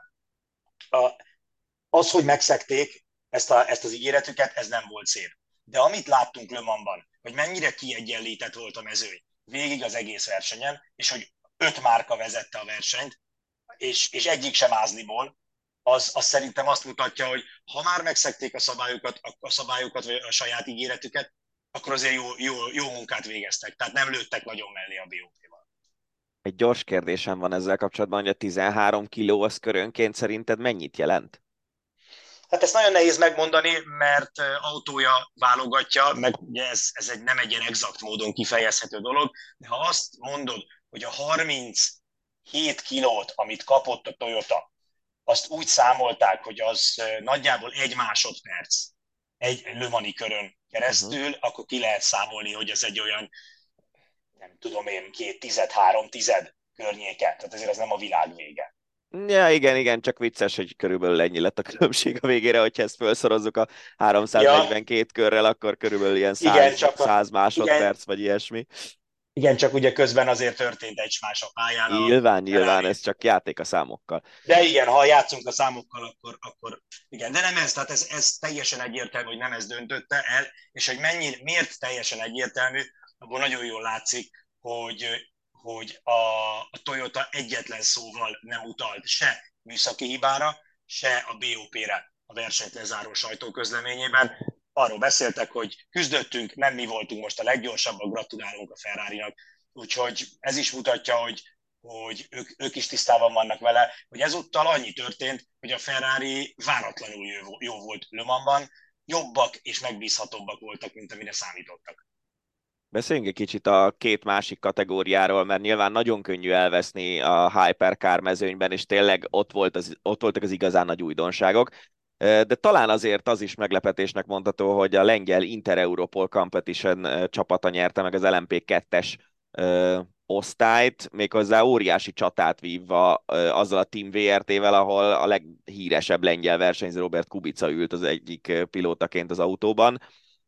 az, hogy megszegték ezt, a, ezt az ígéretüket, ez nem volt szép. De amit láttunk Le Mansban, hogy mennyire kiegyenlített volt a mezőny végig az egész versenyen, és hogy öt márka vezette a versenyt, és, és egyik sem ázliból, az, az szerintem azt mutatja, hogy ha már megszegték a szabályokat, a szabályokat vagy a saját ígéretüket, akkor azért jó, jó, jó munkát végeztek. Tehát nem lőttek nagyon mellé a bé o pé-val. Egy gyors kérdésem van ezzel kapcsolatban, hogy a tizenhárom kiló az körönként szerinted mennyit jelent? Hát ezt nagyon nehéz megmondani, mert autója válogatja, meg ugye ez, ez egy, nem egy ilyen exakt módon kifejezhető dolog, de ha azt mondod, hogy a harminchét kilót, amit kapott a Toyota, azt úgy számolták, hogy az nagyjából egy másodperc egy Le Mans-i körön keresztül, uh-huh. akkor ki lehet számolni, hogy ez egy olyan, nem tudom én, két tized, három tized környéken. Tehát ezért ez nem a világ vége. Ja, igen, igen, csak vicces, hogy körülbelül ennyi lett a különbség a végére, hogyha ezt felszorozzuk a háromszáznegyvenkét ja. körrel, akkor körülbelül ilyen száz másodperc, vagy ilyesmi. Igen, csak ugye közben azért történt egy más a pályán. Nyilván, nyilván, ez csak játék a számokkal. De igen, ha játszunk a számokkal, akkor, akkor igen. De nem ez, tehát ez, ez teljesen egyértelmű, hogy nem ez döntötte el, és hogy mennyi, miért teljesen egyértelmű, abból nagyon jól látszik, hogy hogy a, a Toyota egyetlen szóval nem utalt se műszaki hibára, se a bé o pé-re a versenyt lezáró sajtóközleményében. Arról beszéltek, hogy küzdöttünk, nem mi voltunk most a leggyorsabbak, gratulálunk a Ferrarinak. Úgyhogy ez is mutatja, hogy, hogy ők, ők is tisztában vannak vele, hogy ezúttal annyi történt, hogy a Ferrari váratlanul jó, jó volt Le Mansban, jobbak és megbízhatóbbak voltak, mint amire számítottak. Beszéljünk egy kicsit a két másik kategóriáról, mert nyilván nagyon könnyű elveszni a Hypercar mezőnyben, és tényleg ott, volt az, ott voltak az igazán nagy újdonságok. De talán azért az is meglepetésnek mondható, hogy a lengyel Inter-Europol Competition csapata nyerte meg az el em pé kettes osztályt, méghozzá óriási csatát vívva azzal a Team vé er té-vel, ahol a leghíresebb lengyel versenyző Robert Kubica ült az egyik pilótaként az autóban.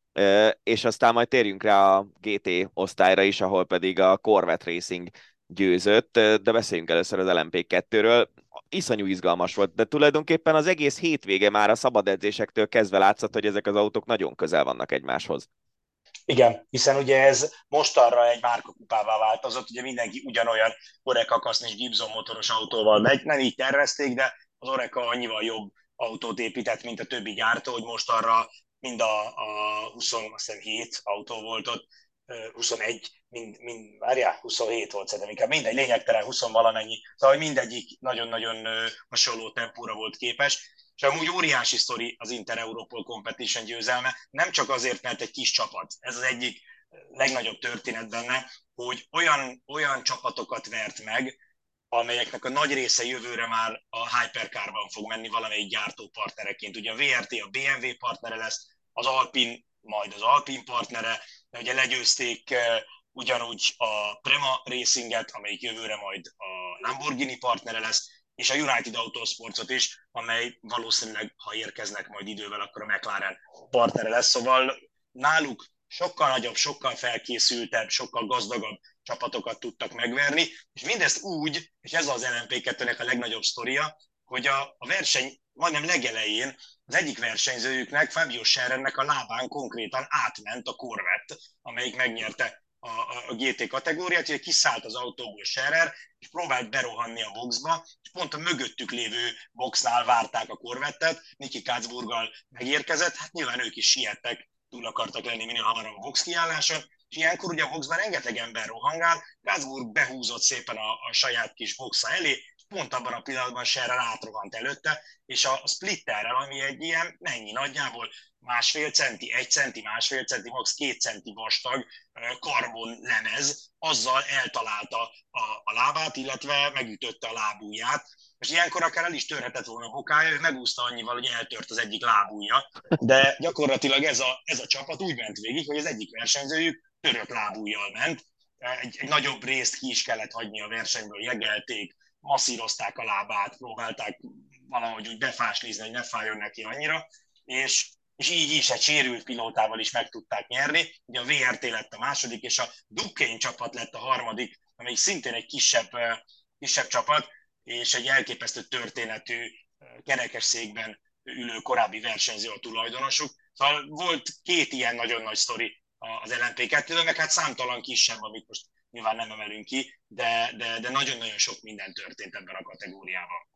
És aztán majd térjünk rá a gé té osztályra is, ahol pedig a Corvette Racing győzött, de beszéljünk először az el em pé kettőről. Iszonyú izgalmas volt, de tulajdonképpen az egész hétvége már a szabad edzésektől kezdve látszott, hogy ezek az autók nagyon közel vannak egymáshoz. Igen, hiszen ugye ez mostanra egy márkakupává változott, ugye mindenki ugyanolyan Oreca Cassini és Gibson motoros autóval megy, nem így tervezték, de az Oreca annyival jobb autót épített, mint a többi gyártó, hogy mostanra mind a, a huszonhét autó volt ott, huszonegy, mind, mind, várjál, huszonhét volt szerintem, inkább mindegy, lényegtelen húsz valamennyi, szóval mindegyik nagyon-nagyon hasonló tempóra volt képes, és amúgy óriási sztori az Inter-Europol Competition győzelme, nem csak azért, mert egy kis csapat, ez az egyik legnagyobb történet benne, hogy olyan, olyan csapatokat vert meg, amelyeknek a nagy része jövőre már a Hypercarban fog menni valamelyik gyártópartnereként. Ugye a vé er té a bé em vé partnere lesz, az Alpine majd az Alpine partnere, de ugye legyőzték ugyanúgy a Prema Racinget, amelyik jövőre majd a Lamborghini partnere lesz, és a United Autosportsot is, amely valószínűleg, ha érkeznek majd idővel, akkor a McLaren partnere lesz. Szóval náluk sokkal nagyobb, sokkal felkészültebb, sokkal gazdagabb csapatokat tudtak megverni, és mindezt úgy, és ez az el em pé kettőnek a legnagyobb sztoria, hogy a, a verseny majdnem legelején az egyik versenyzőjüknek, Fabio Scherernek a lábán konkrétan átment a Corvette, amelyik megnyerte a, a, a gé té kategóriát, hogy kiszállt az autóból Scherer, és próbált berohanni a boxba, és pont a mögöttük lévő boxnál várták a Corvettet, Niki Katzburggal megérkezett, hát nyilván ők is siettek, túl akartak lenni minél hamarabb a box kiálláson, és ilyenkor ugye a boxban rengeteg ember rohangál, Katzburg behúzott szépen a, a saját kis boxa elé, pont abban a pillanatban Scherer átrohant előtte, és a splitterrel, ami egy ilyen, mennyi nagyjából másfél centi, egy centi, másfél centi, max. két centi vastag karbon lemez, azzal eltalálta a, a lábát, illetve megütötte a lábujját, és ilyenkor akár el is törhetett volna a bokája, ő megúszta annyival, hogy eltört az egyik lábujja, de gyakorlatilag ez a, ez a csapat úgy ment végig, hogy az egyik versenyzőjük törött lábujjal ment, egy, egy nagyobb részt ki is kellett hagyni a versenyből, jegelték, masszírozták a lábát, próbálták valahogy úgy befáslizni, hogy ne fájjon neki annyira, és, és így is egy sérült pilótával is meg tudták nyerni. Ugye a vé er té lett a második, és a Duquesne csapat lett a harmadik, amelyik szintén egy kisebb, kisebb csapat, és egy elképesztő történetű kerekesszékben ülő korábbi versenyző a tulajdonosuk. Szóval volt két ilyen nagyon nagy sztori az el em pé kettőben, meg hát számtalan kisebb, amit most nyilván nem emelünk ki, de, de, de nagyon-nagyon sok minden történt ebben a kategóriában.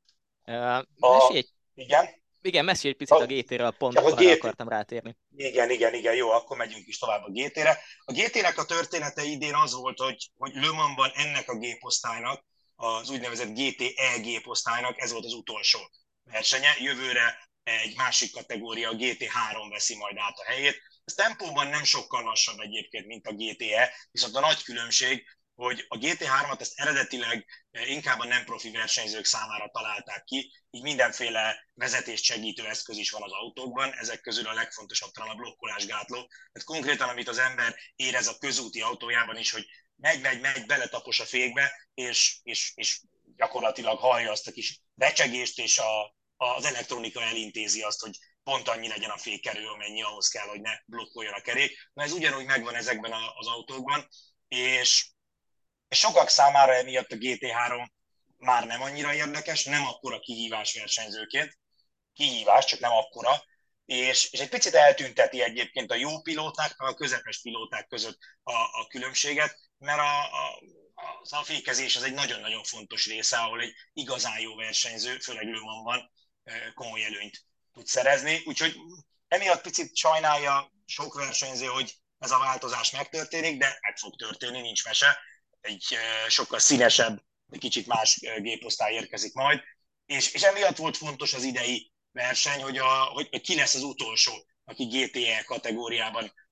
Uh, mesélj egy... Igen? Igen, mesélj egy picit a, a gé té-ről, pont arra gé té... akartam rátérni. Igen, igen, igen, jó, akkor megyünk is tovább a gé té-re. A gé té-nek a története idén az volt, hogy, hogy Le Mansban ennek a géposztálynak, az úgynevezett gé té e géposztálynak ez volt az utolsó versenye. Jövőre egy másik kategória, a gé té három veszi majd át a helyét. Ez tempóban nem sokkal lassabb egyébként, mint a gé té e, viszont a nagy különbség, hogy a gé té hármat ezt eredetileg inkább a nem profi versenyzők számára találták ki, így mindenféle vezetést segítő eszköz is van az autókban, ezek közül a legfontosabb talán a blokkolásgátló. Tehát konkrétan, amit az ember érez a közúti autójában is, hogy megy, megy, megy, beletapos a fékbe, és, és, és gyakorlatilag hallja azt a kis recsegést, és a, az elektronika elintézi azt, hogy pont annyi legyen a fékerő, amennyi ahhoz kell, hogy ne blokkoljon a kerék. Na ez ugyanúgy megvan ezekben az autókban, és sokak számára emiatt a gé té három már nem annyira érdekes, nem akkora kihívás versenyzőként, kihívás, csak nem akkora, és, és egy picit eltünteti egyébként a jó pilóták, a közepes pilóták között a, a különbséget, mert a, a, az a fékezés az egy nagyon-nagyon fontos része, ahol egy igazán jó versenyző, főleg Le Mansban komoly előnyt tud szerezni, úgyhogy emiatt picit sajnálja sok versenyző, hogy ez a változás megtörténik, de meg fog történni, nincs mese. Egy sokkal színesebb, egy kicsit más géposztály érkezik majd, és, és emiatt volt fontos az idei verseny, hogy, a, hogy ki lesz az utolsó, aki gé té e kategóriában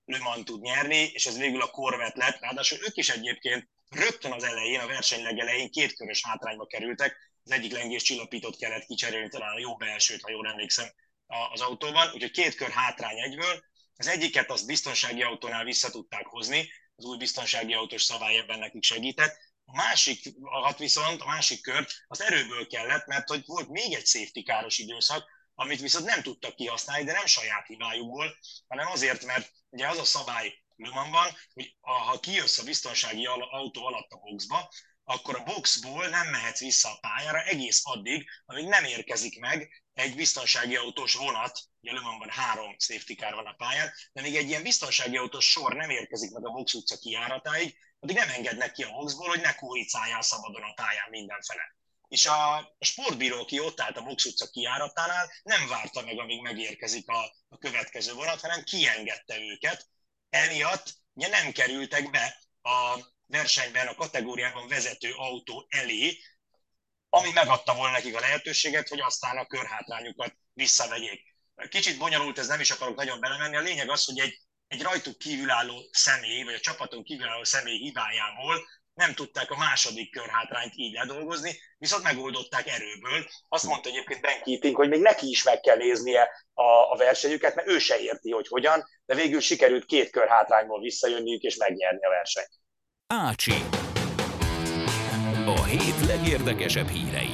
Le Mans tud nyerni, és ez végül a Corvette lett. Ráadásul ők is egyébként rögtön az elején, a verseny legelején kétkörös hátrányba kerültek. Az egyik lengés csillapítót kellett kicserélni, talán a jobb elsőt, ha jól emlékszem, az autóban. Úgyhogy két kör hátrány egyből. Az egyiket azt biztonsági autónál vissza tudták hozni, az új biztonsági autós szabály ebben nekik segített. A másik, hát viszont a másik kört az erőből kellett, mert hogy volt még egy safety káros időszak, amit viszont nem tudtak kihasználni, de nem saját hibájukból, hanem azért, mert ugye az a szabály Le Mansban, hogy ha kijössz a biztonsági autó alatt a boxba, akkor a boxból nem mehetsz vissza a pályára egész addig, amíg nem érkezik meg egy biztonsági autós vonat, ugye Le Mansban három safety car van a pályán, de még egy ilyen biztonsági autós sor nem érkezik meg a box utca kijáratáig, addig nem engednek ki a boxból, hogy ne kóricáljál szabadon a pályán mindenfele. És a, a sportbíró, aki ott állt a box utca kijáratánál, nem várta meg, amíg megérkezik a, a következő vonat, hanem kiengedte őket. Emiatt ugye nem kerültek be a versenyben, a kategóriában vezető autó elé, ami megadta volna nekik a lehetőséget, hogy aztán a körhátrányukat visszavegyék. Kicsit bonyolult, ez nem is akarok nagyon belemenni. A lényeg az, hogy egy, egy rajtuk kívülálló személy, vagy a csapaton kívülálló személy hibájából nem tudták a második körhátrányt így ledolgozni, viszont megoldották erőből. Azt mondta egyébként Ben Keating, hogy még neki is meg kell néznie a, a versenyüket, mert ő se érti, hogy hogyan, de végül sikerült két körhátrányból visszajönniük és megnyerni a versenyt. Ácsi. A hét legérdekesebb hírei.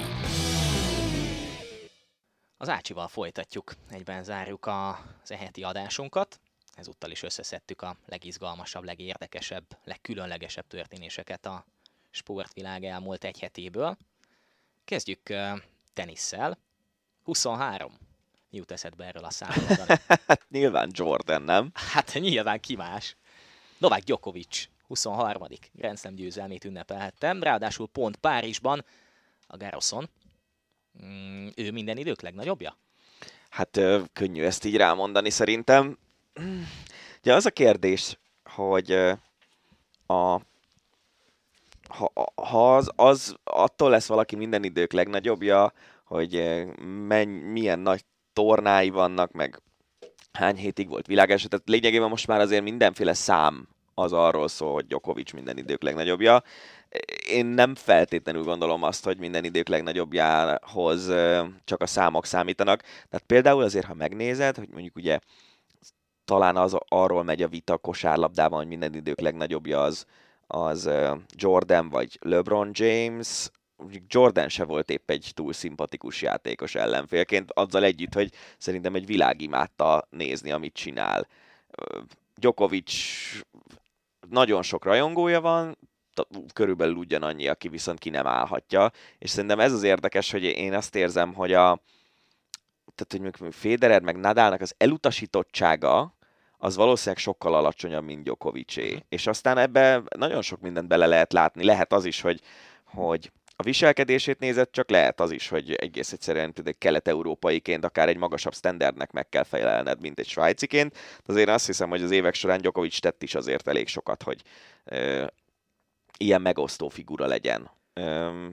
Az Ácsival folytatjuk, egyben zárjuk az e heti adásunkat. Ezúttal is összeszedtük a legizgalmasabb, legérdekesebb, legkülönlegesebb történéseket a sportvilág elmúlt egy hetéből. Kezdjük uh, tenisszel. huszonhárom. Mi jut eszedbe erről a számról? Hát nyilván Jordan, nem? Hát nyilván ki más. Novák Djokovic huszonharmadik Grand Slam győzelmét ünnepelhettem, ráadásul pont Párizsban, a Garroson. Mm, ő minden idők legnagyobbja? Hát könnyű ezt így rámondani szerintem. Ugye az a kérdés, hogy a, ha, ha az, az attól lesz valaki minden idők legnagyobbja, hogy menny, milyen nagy tornái vannak, meg hány hétig volt világelső. Tehát lényegében most már azért mindenféle szám az arról szól, hogy Djokovic minden idők legnagyobbja. Én nem feltétlenül gondolom azt, hogy minden idők legnagyobbjához csak a számok számítanak. Tehát például azért, ha megnézed, hogy mondjuk ugye talán az arról megy a vita kosárlabdában, hogy minden idők legnagyobbja az, az Jordan vagy LeBron James. Jordan se volt épp egy túl szimpatikus játékos ellenfélként, azzal együtt, hogy szerintem egy világ imádta nézni, amit csinál. Djokovic nagyon sok rajongója van, körülbelül ugyanannyi, aki viszont ki nem állhatja, és szerintem ez az érdekes, hogy én azt érzem, hogy a tehát, hogy Federer meg Nadalnak az elutasítottsága az valószínűleg sokkal alacsonyabb, mint Djokovicé. És aztán ebbe nagyon sok mindent bele lehet látni. Lehet az is, hogy, hogy a viselkedését nézett, csak lehet az is, hogy egész egyszerűen kelet-európaiként akár egy magasabb standardnek meg kell felelned, mint egy svájciként. De azért azt hiszem, hogy az évek során Djokovic tett is azért elég sokat, hogy ö, ilyen megosztó figura legyen. Ö,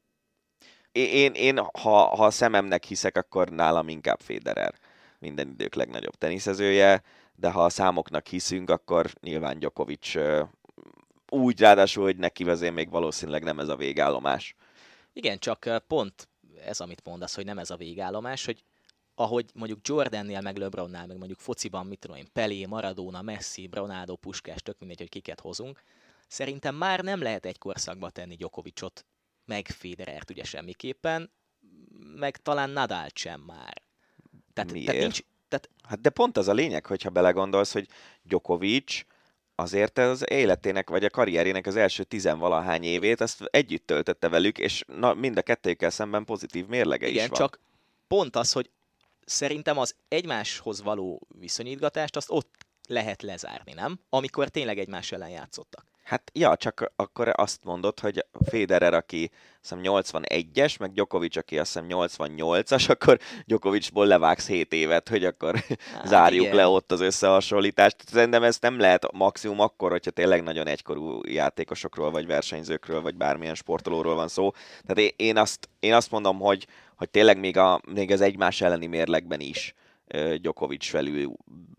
Én, én ha, ha a szememnek hiszek, akkor nálam inkább Federer minden idők legnagyobb teniszezője, de ha a számoknak hiszünk, akkor nyilván Djokovic úgy ráadásul, hogy neki azért még valószínűleg nem ez a végállomás. Igen, csak pont ez, amit mondasz, hogy nem ez a végállomás, hogy ahogy mondjuk Jordannél, meg LeBronnál, meg mondjuk fociban, mit tudom én, Pelé, Maradona, Messi, Ronaldo, Puskás, tök mindegy, hogy kiket hozunk, szerintem már nem lehet egy korszakba tenni Djokovicot, meg Federert ugye semmiképpen, meg talán Nadalt sem már. Tehát, Miért? tehát nincs, tehát... Hát de pont az a lényeg, hogyha belegondolsz, hogy Djokovic azért az életének, vagy a karrierének az első tizenvalahány évét azt együtt töltötte velük, és na, mind a kettőjükkel szemben pozitív mérlege igen, is van. csak pont az, hogy szerintem az egymáshoz való viszonyítgatást azt ott lehet lezárni, nem? Amikor tényleg egymás ellen játszottak. Hát ja, csak akkor azt mondod, hogy Federer, aki azt hiszem nyolcvanegyes, meg Djokovic, aki azt hiszem nyolcvannyolcas, akkor Djokovicból levágsz hét évet, hogy akkor hát zárjuk igen. le ott az összehasonlítást. Szerintem ezt nem lehet maximum akkor, hogyha tényleg nagyon egykorú játékosokról, vagy versenyzőkről, vagy bármilyen sportolóról van szó. Tehát én azt, én azt mondom, hogy, hogy tényleg még, a, még az egymás elleni mérlegben is Djokovic felül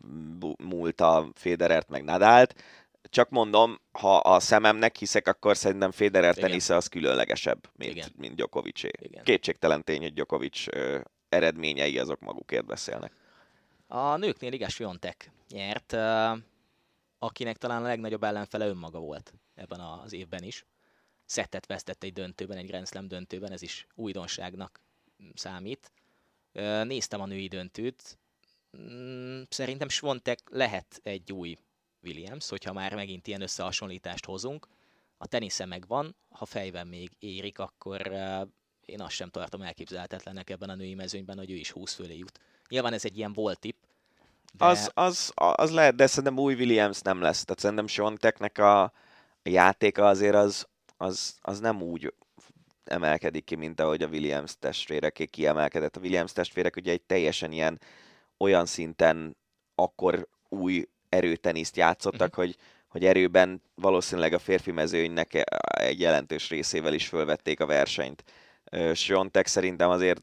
múlta Federert meg Nadált. Csak mondom, ha a szememnek hiszek, akkor szerintem Federer Igen. tenisze az különlegesebb, mint, Igen. mint Djokovicé. Igen. Kétségtelen tény, hogy Djokovic ö, eredményei azok magukért beszélnek. A nőknél Iga Swiatek nyert, uh, akinek talán a legnagyobb ellenfele önmaga volt ebben az évben is. Szettet vesztett egy döntőben, egy Grand Slam döntőben, ez is újdonságnak számít. Uh, néztem a női döntőt, mm, szerintem Swiatek lehet egy új Williams, hogyha már megint ilyen összehasonlítást hozunk. A tenisze megvan, ha fejben még érik, akkor uh, én azt sem tartom elképzelhetetlennek ebben a női mezőnyben, hogy ő is húsz fölé jut. Nyilván ez egy ilyen volt tipp. De... Az, az, az lehet, de szerintem új Williams nem lesz. Tehát szerintem Swiateknek a játéka azért az, az, az nem úgy emelkedik ki, mint ahogy a Williams testvérek kiemelkedett. A Williams testvérek ugye egy teljesen ilyen olyan szinten akkor új erőteniszt játszottak, uh-huh. hogy, hogy erőben valószínűleg a férfi mezőnynek egy jelentős részével is fölvették a versenyt. Swiatek szerintem azért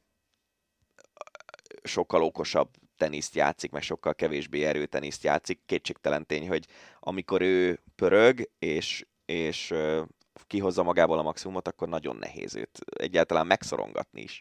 sokkal okosabb teniszt játszik, meg sokkal kevésbé erőteniszt játszik. Kétségtelen tény, hogy amikor ő pörög, és, és kihozza magából a maximumot, akkor nagyon nehéz őt egyáltalán megszorongatni is.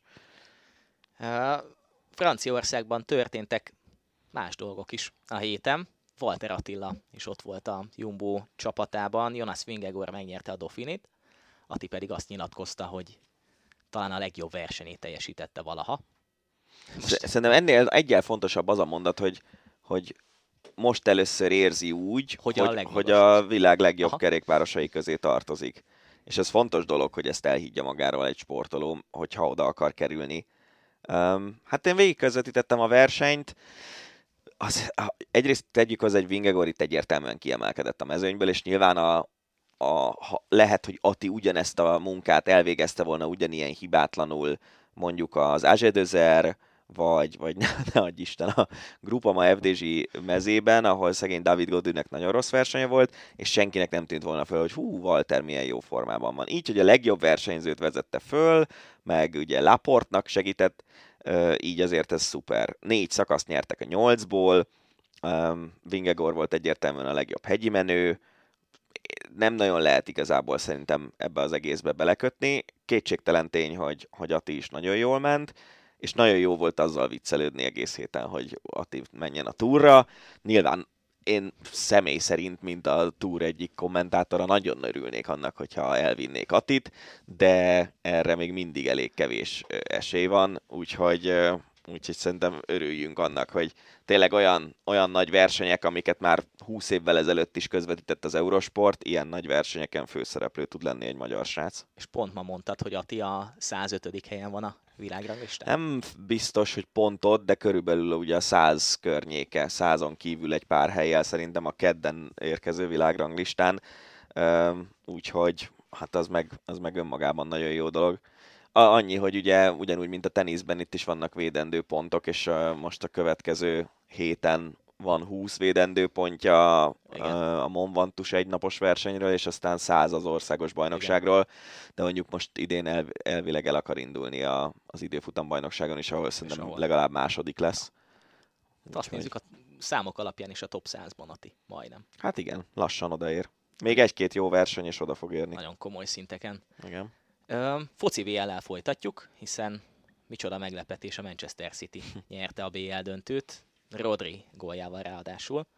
Uh, Franciaországban történtek más dolgok is a héten. Walter Attila is ott volt a Jumbo csapatában, Jonas Vingegaard megnyerte a Dauphinét, Ati pedig azt nyilatkozta, hogy talán a legjobb versenyét teljesítette valaha. Most... Szerintem ennél egyel fontosabb az a mondat, hogy, hogy most először érzi úgy, hogy, hogy, a, hogy a világ legjobb Aha. kerékpárosai közé tartozik. És ez fontos dolog, hogy ezt elhiggye magáról egy sportoló, hogyha oda akar kerülni. Um, hát én végig közvetítettem a versenyt. Az, egyrészt tegyük hozzá, egy Vingegaard itt egyértelműen kiemelkedett a mezőnyből, és nyilván a, a, ha lehet, hogy Ati ugyanezt a munkát elvégezte volna ugyanilyen hibátlanul, mondjuk az á gé deux, vagy, vagy ne, ne adj Isten, a Groupama ef dé gé mezében, ahol szegény David Gaudunek nagyon rossz versenye volt, és senkinek nem tűnt volna föl, hogy hú, Walter milyen jó formában van. Így, hogy a legjobb versenyzőt vezette föl, meg ugye Laportnak segített, így azért ez szuper. Négy szakaszt nyertek a nyolcból, Vingegaard volt egyértelműen a legjobb hegyi menő, nem nagyon lehet igazából szerintem ebbe az egészbe belekötni. Kétségtelen tény, hogy, hogy Ati is nagyon jól ment, és nagyon jó volt azzal viccelődni egész héten, hogy Ati menjen a túrra. Nyilván én személy szerint, mint a túr egyik kommentátora, nagyon örülnék annak, hogyha elvinnék Atit, de erre még mindig elég kevés esély van, úgyhogy, úgyhogy szerintem örüljünk annak, hogy tényleg olyan, olyan nagy versenyek, amiket már húsz évvel ezelőtt is közvetített az Eurosport, ilyen nagy versenyeken főszereplő tud lenni egy magyar srác. És pont ma mondtad, hogy Ati a százötödik helyen van a világranglistán? Nem biztos, hogy pont ott, de körülbelül ugye a száz környéke, százon kívül egy pár hellyel szerintem a kedden érkező világranglistán, úgyhogy hát az meg, az meg önmagában nagyon jó dolog. Annyi, hogy ugye ugyanúgy, mint a teniszben, itt is vannak védendő pontok, és most a következő héten van húsz védendő pontja a Mont Ventoux egynapos versenyről, és aztán száz az országos bajnokságról, Igen. de mondjuk most idén el, elvileg el akar indulni a, az időfutam bajnokságon is, ahol szerintem ahol... legalább második lesz. Hát azt nézzük, a számok alapján is a top százban, Ati, majdnem. Hát igen, lassan odaér. Még egy-két jó verseny, és oda fog érni. Nagyon komoly szinteken. Igen. Ö, foci vé el-lel folytatjuk, hiszen micsoda meglepetés, a Manchester City nyerte a bé el döntőt, Rodri góljával ráadásul.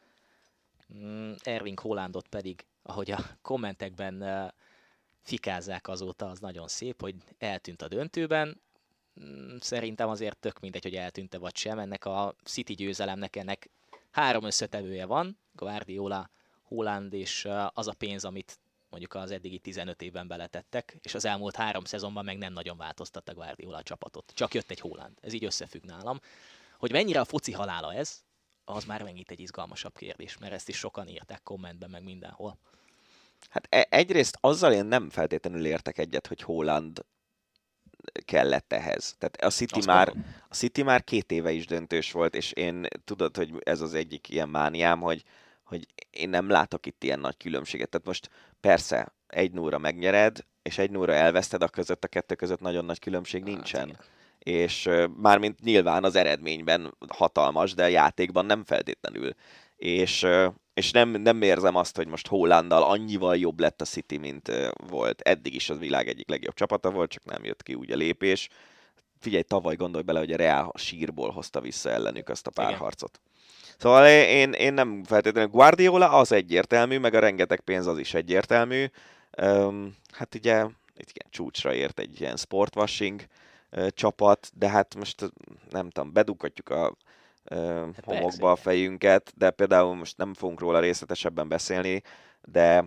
Erling Haalandot pedig, ahogy a kommentekben uh, fikázzák azóta, az nagyon szép, hogy eltűnt a döntőben. Szerintem azért tök mindegy, hogy eltűnt-e vagy sem. Ennek a City győzelemnek ennek három összetevője van. Guardiola, Haaland és uh, az a pénz, amit mondjuk az eddigi tizenöt évben beletettek, és az elmúlt három szezonban meg nem nagyon változtatta Guardiola a csapatot. Csak jött egy Haaland. Ez így összefügg nálam. Hogy mennyire a foci halála ez, az már megint egy izgalmasabb kérdés, mert ezt is sokan írták kommentben, meg mindenhol. Hát egyrészt azzal én nem feltétlenül értek egyet, hogy Haaland kellett ehhez. Tehát a City, már, a City már két éve is döntős volt, és én tudod, hogy ez az egyik ilyen mániám, hogy, hogy én nem látok itt ilyen nagy különbséget. Tehát most persze egy nulla megnyered, és egy nulla elveszted, a között, a kettő között nagyon nagy különbség nincsen. Hát, és mármint nyilván az eredményben hatalmas, de a játékban nem feltétlenül. És, és nem, nem érzem azt, hogy most Haalanddal annyival jobb lett a City, mint volt. Eddig is az világ egyik legjobb csapata volt, csak nem jött ki úgy a lépés. Figyelj, tavaly gondolj bele, hogy a Real sírból hozta vissza ellenük azt a párharcot. Szóval én, én nem feltétlenül... Guardiola az egyértelmű, meg a rengeteg pénz az is egyértelmű. Um, hát ugye itt igen, csúcsra ért egy ilyen sportwashing uh, csapat, de hát most nem tudom, bedughatjuk a uh, homokba a fejünket, de például most nem fogunk róla részletesebben beszélni, de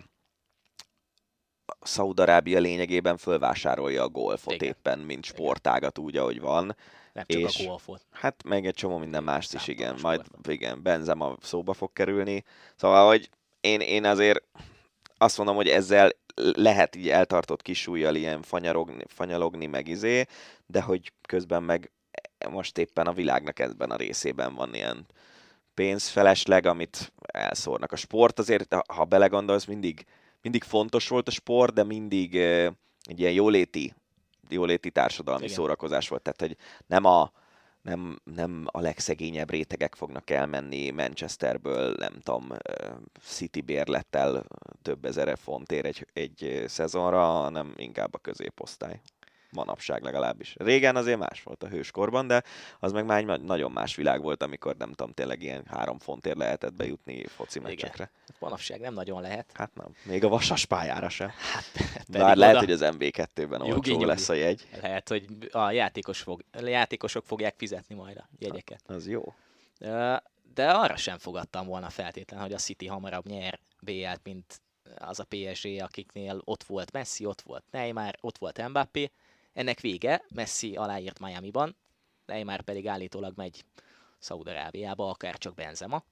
Szaúd-Arábia lényegében fölvásárolja a golfot igen. éppen, mint sportágat úgy, ahogy van. Nem csak és a golfot. Hát meg egy csomó minden mást is, igen. Majd igen, Benzema szóba fog kerülni. Szóval, hogy én, én azért azt mondom, hogy ezzel lehet így eltartott kisújjal ilyen fanyarogni, fanyalogni, meg izé, de hogy közben meg most éppen a világnak ebben a részében van ilyen pénzfelesleg, amit elszórnak. A sport azért, ha belegondolsz, mindig, mindig fontos volt a sport, de mindig uh, egy ilyen jóléti jóléti társadalmi igen. szórakozás volt. Tehát, hogy nem a, nem, nem a legszegényebb rétegek fognak elmenni Manchesterből, nem tudom, City bérlettel több ezer fontért egy, egy szezonra, hanem inkább a középosztály. Manapság legalábbis. Régen azért más volt a hőskorban, de az meg már egy nagyon más világ volt, amikor nem tudom, tényleg ilyen három fontért lehetett bejutni foci meccsekre. Manapság nem nagyon lehet. Hát nem. Még a vasas pályára sem. Hát, bár lehet, hogy az em bé kettőben olcsó lesz a jegy. Lehet, hogy a játékos fog, a játékosok fogják fizetni majd a jegyeket. Az jó. De arra sem fogadtam volna feltétlen, hogy a City hamarabb nyer bé el-t, mint az a pé es gé, akiknél ott volt Messi, ott volt Neymar, ott volt Mbappé. Ennek vége, Messi aláírt Miamiban, Neymar pedig állítólag megy Szaúd-Arábiába, akár csak Benzema,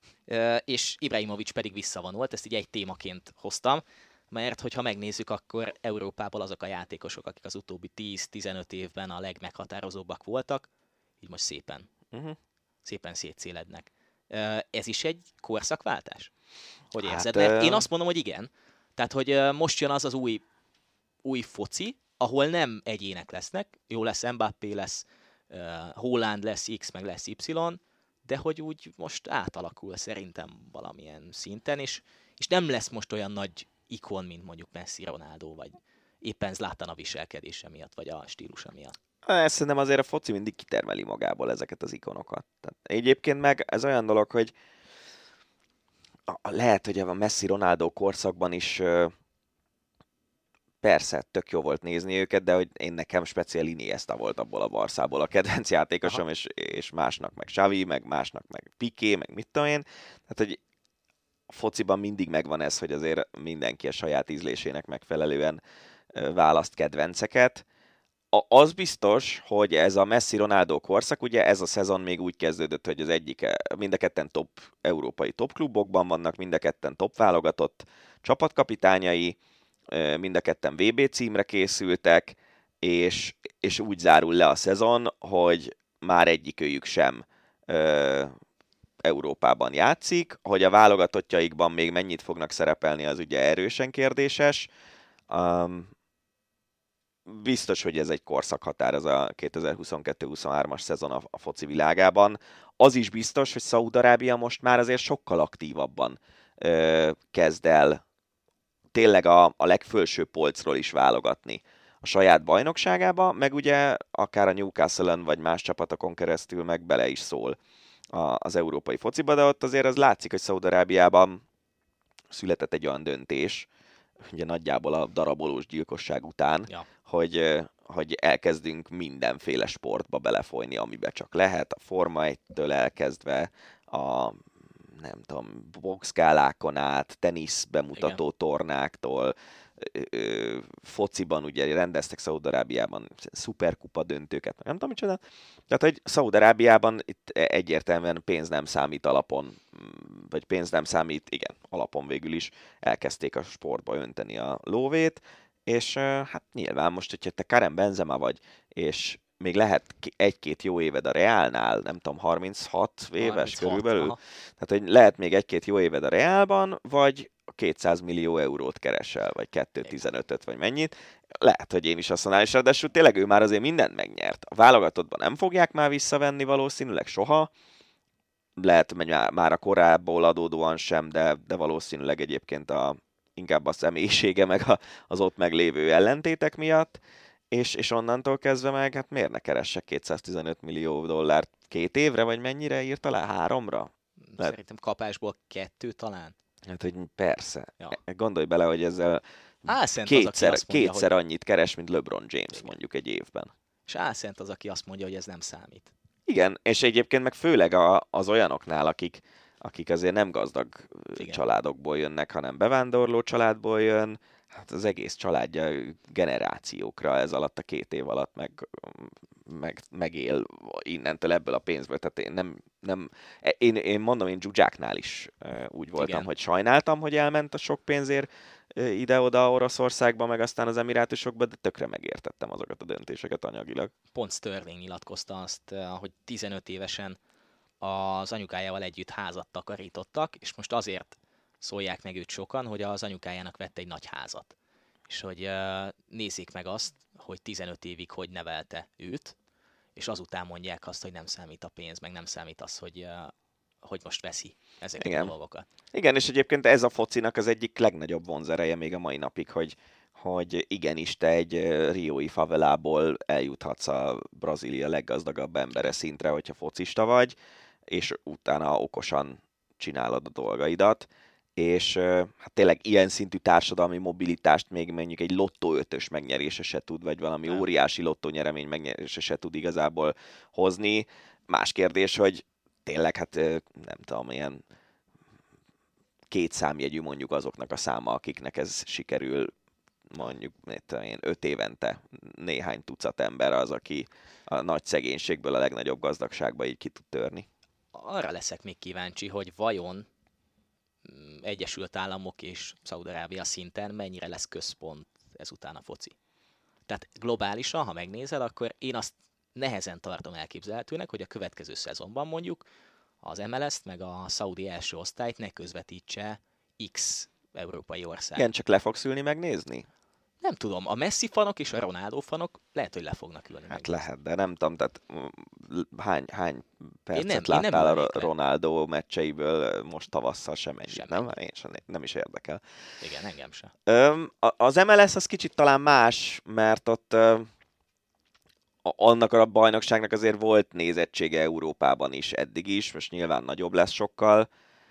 és Ibrahimovic pedig visszavonult, ezt így egy témaként hoztam, mert hogyha megnézzük, akkor Európában azok a játékosok, akik az utóbbi tíz-tizenöt évben a legmeghatározóbbak voltak, így most szépen, uh-huh. szépen szétszélednek. Ez is egy korszakváltás? Hogy érzed? Hát, mert én azt mondom, hogy igen. Tehát, hogy most jön az az új, új foci, ahol nem egyének lesznek, jó lesz Mbappé, lesz uh, Haaland, lesz X, meg lesz Y, de hogy úgy most átalakul szerintem valamilyen szinten, és, és nem lesz most olyan nagy ikon, mint mondjuk Messi, Ronaldo, vagy éppen Zlatan a viselkedése miatt, vagy a stílusa miatt. Ezt szerintem azért a foci mindig kitermeli magából ezeket az ikonokat. Tehát egyébként meg ez olyan dolog, hogy lehet, hogy a Messi-Ronaldo korszakban is persze, tök jó volt nézni őket, de hogy én nekem speciál Iniesta volt abból a Barszából a kedvenc játékosom, és, és másnak meg Xavi, meg másnak meg Piqué, meg mit tudom én. Tehát, hogy a fociban mindig megvan ez, hogy azért mindenki a saját ízlésének megfelelően választ kedvenceket. A, az biztos, hogy ez a Messi-Ronaldo korszak, ugye ez a szezon még úgy kezdődött, hogy az egyik, mind a ketten top európai top klubokban vannak, mind a ketten top válogatott csapatkapitányai, mind a ketten vé bé címre készültek, és, és úgy zárul le a szezon, hogy már egyikőjük sem ö, Európában játszik, hogy a válogatottjaikban még mennyit fognak szerepelni, az ugye erősen kérdéses. Um, biztos, hogy ez egy korszakhatár, ez a kétezer-huszonkettő-huszonhármas szezon a, a foci világában. Az is biztos, hogy Szaúd-Arábia most már azért sokkal aktívabban ö, kezd el tényleg a, a legfölső polcról is válogatni a saját bajnokságába, meg ugye akár a Newcastle-en vagy más csapatokon keresztül meg bele is szól a, az európai fociba, de ott azért az látszik, hogy Szaúd-Arábiában született egy olyan döntés, ugye nagyjából a darabolós gyilkosság után, ja. hogy, hogy elkezdünk mindenféle sportba belefolyni, amiben csak lehet, a Forma egytől elkezdve a nem tudom, boxgálákon át, tenisz bemutató igen. tornáktól, ö, ö, fociban ugye rendeztek Szaúd-Arábiában szuperkupa döntőket, nem tudom micsoda. Tehát, hogy Szaúd-Arábiában itt egyértelműen pénz nem számít alapon, vagy pénz nem számít, igen, alapon végül is elkezdték a sportba önteni a lóvét, és hát nyilván most, hogyha te Karim Benzema vagy, és még lehet egy-két jó éved a Reálnál, nem tudom, harminchat éves harminchat, körülbelül. Aha. Tehát, hogy lehet még egy-két jó éved a Reálban, vagy kétszáz millió eurót keresel, vagy kétszáztizenötöt, vagy mennyit. Lehet, hogy én is azt mondanám, és ráadásul tényleg ő már azért mindent megnyert. A válogatottban nem fogják már visszavenni valószínűleg soha. Lehet, hogy már a korából adódóan sem, de, de valószínűleg egyébként a, inkább a személyisége, meg a, az ott meglévő ellentétek miatt. És, és onnantól kezdve meg, hát miért ne keressek kétszáztizenöt millió dollárt két évre, vagy mennyire írta le? Háromra? Lehet. Szerintem kapásból kettő talán. Hát, hogy persze. Ja. Gondolj bele, hogy ezzel Álszent kétszer, az, mondja, kétszer hogy... annyit keres, mint LeBron James Igen. mondjuk egy évben. És álszent az, aki azt mondja, hogy ez nem számít. Igen, és egyébként meg főleg a, az olyanoknál, akik, akik azért nem gazdag Igen. családokból jönnek, hanem bevándorló családból jön, hát az egész családja generációkra ez alatt a két év alatt meg, meg, megél innentől ebből a pénzből. Tehát én nem, nem én, én mondom, én Zsuzsáknál is úgy voltam, Igen. hogy sajnáltam, hogy elment a sok pénzért ide-oda Oroszországba, meg aztán az Emirátusokba, de tökre megértettem azokat a döntéseket anyagilag. Pont Sterling nyilatkozta azt, hogy tizenöt évesen az anyukájával együtt házat takarítottak, és most azért szólják meg őt sokan, hogy az anyukájának vett egy nagy házat. És hogy nézzék meg azt, hogy tizenöt évig hogy nevelte őt, és azután mondják azt, hogy nem számít a pénz, meg nem számít az, hogy, hogy most veszi ezeket Igen. a dolgokat. Igen, és egyébként ez a focinak az egyik legnagyobb vonzereje még a mai napig, hogy, hogy igenis te egy riói favelából eljuthatsz a Brazília leggazdagabb embere szintre, hogyha focista vagy, és utána okosan csinálod a dolgaidat, és hát tényleg ilyen szintű társadalmi mobilitást még mondjuk egy lottó ötös megnyerése se tud, vagy valami Nem. óriási lottó nyeremény megnyerése se tud igazából hozni. Más kérdés, hogy tényleg hát nem tudom, ilyen két számjegyű mondjuk azoknak a száma, akiknek ez sikerül, mondjuk mit tudom én, öt évente néhány tucat ember az, aki a nagy szegénységből a legnagyobb gazdagságba így ki tud törni. Arra leszek még kíváncsi, hogy vajon Egyesült Államok és Szaúd-Arábia szinten mennyire lesz központ ezután a foci. Tehát globálisan, ha megnézed, akkor én azt nehezen tartom elképzelhetőnek, hogy a következő szezonban mondjuk az em el es-t meg a szaudi első osztályt ne közvetítse X európai ország. Igen, csak le fogsz ülni megnézni? Nem tudom, a Messi fanok és a Ronaldo fanok lehet, hogy le fognak ülni. Hát megnézni. lehet, de nem tudom, tehát hány, hány percet nem- én nem láttál a ülnék le. Ronaldo meccseiből most tavasszal sem ennyit, Semmit. nem? Én sem, nem is érdekel. Igen, engem sem. Öm, a- az em el es az kicsit talán más, mert ott öm, a- annak a bajnokságnak azért volt nézettsége Európában is eddig is, most nyilván nagyobb lesz sokkal,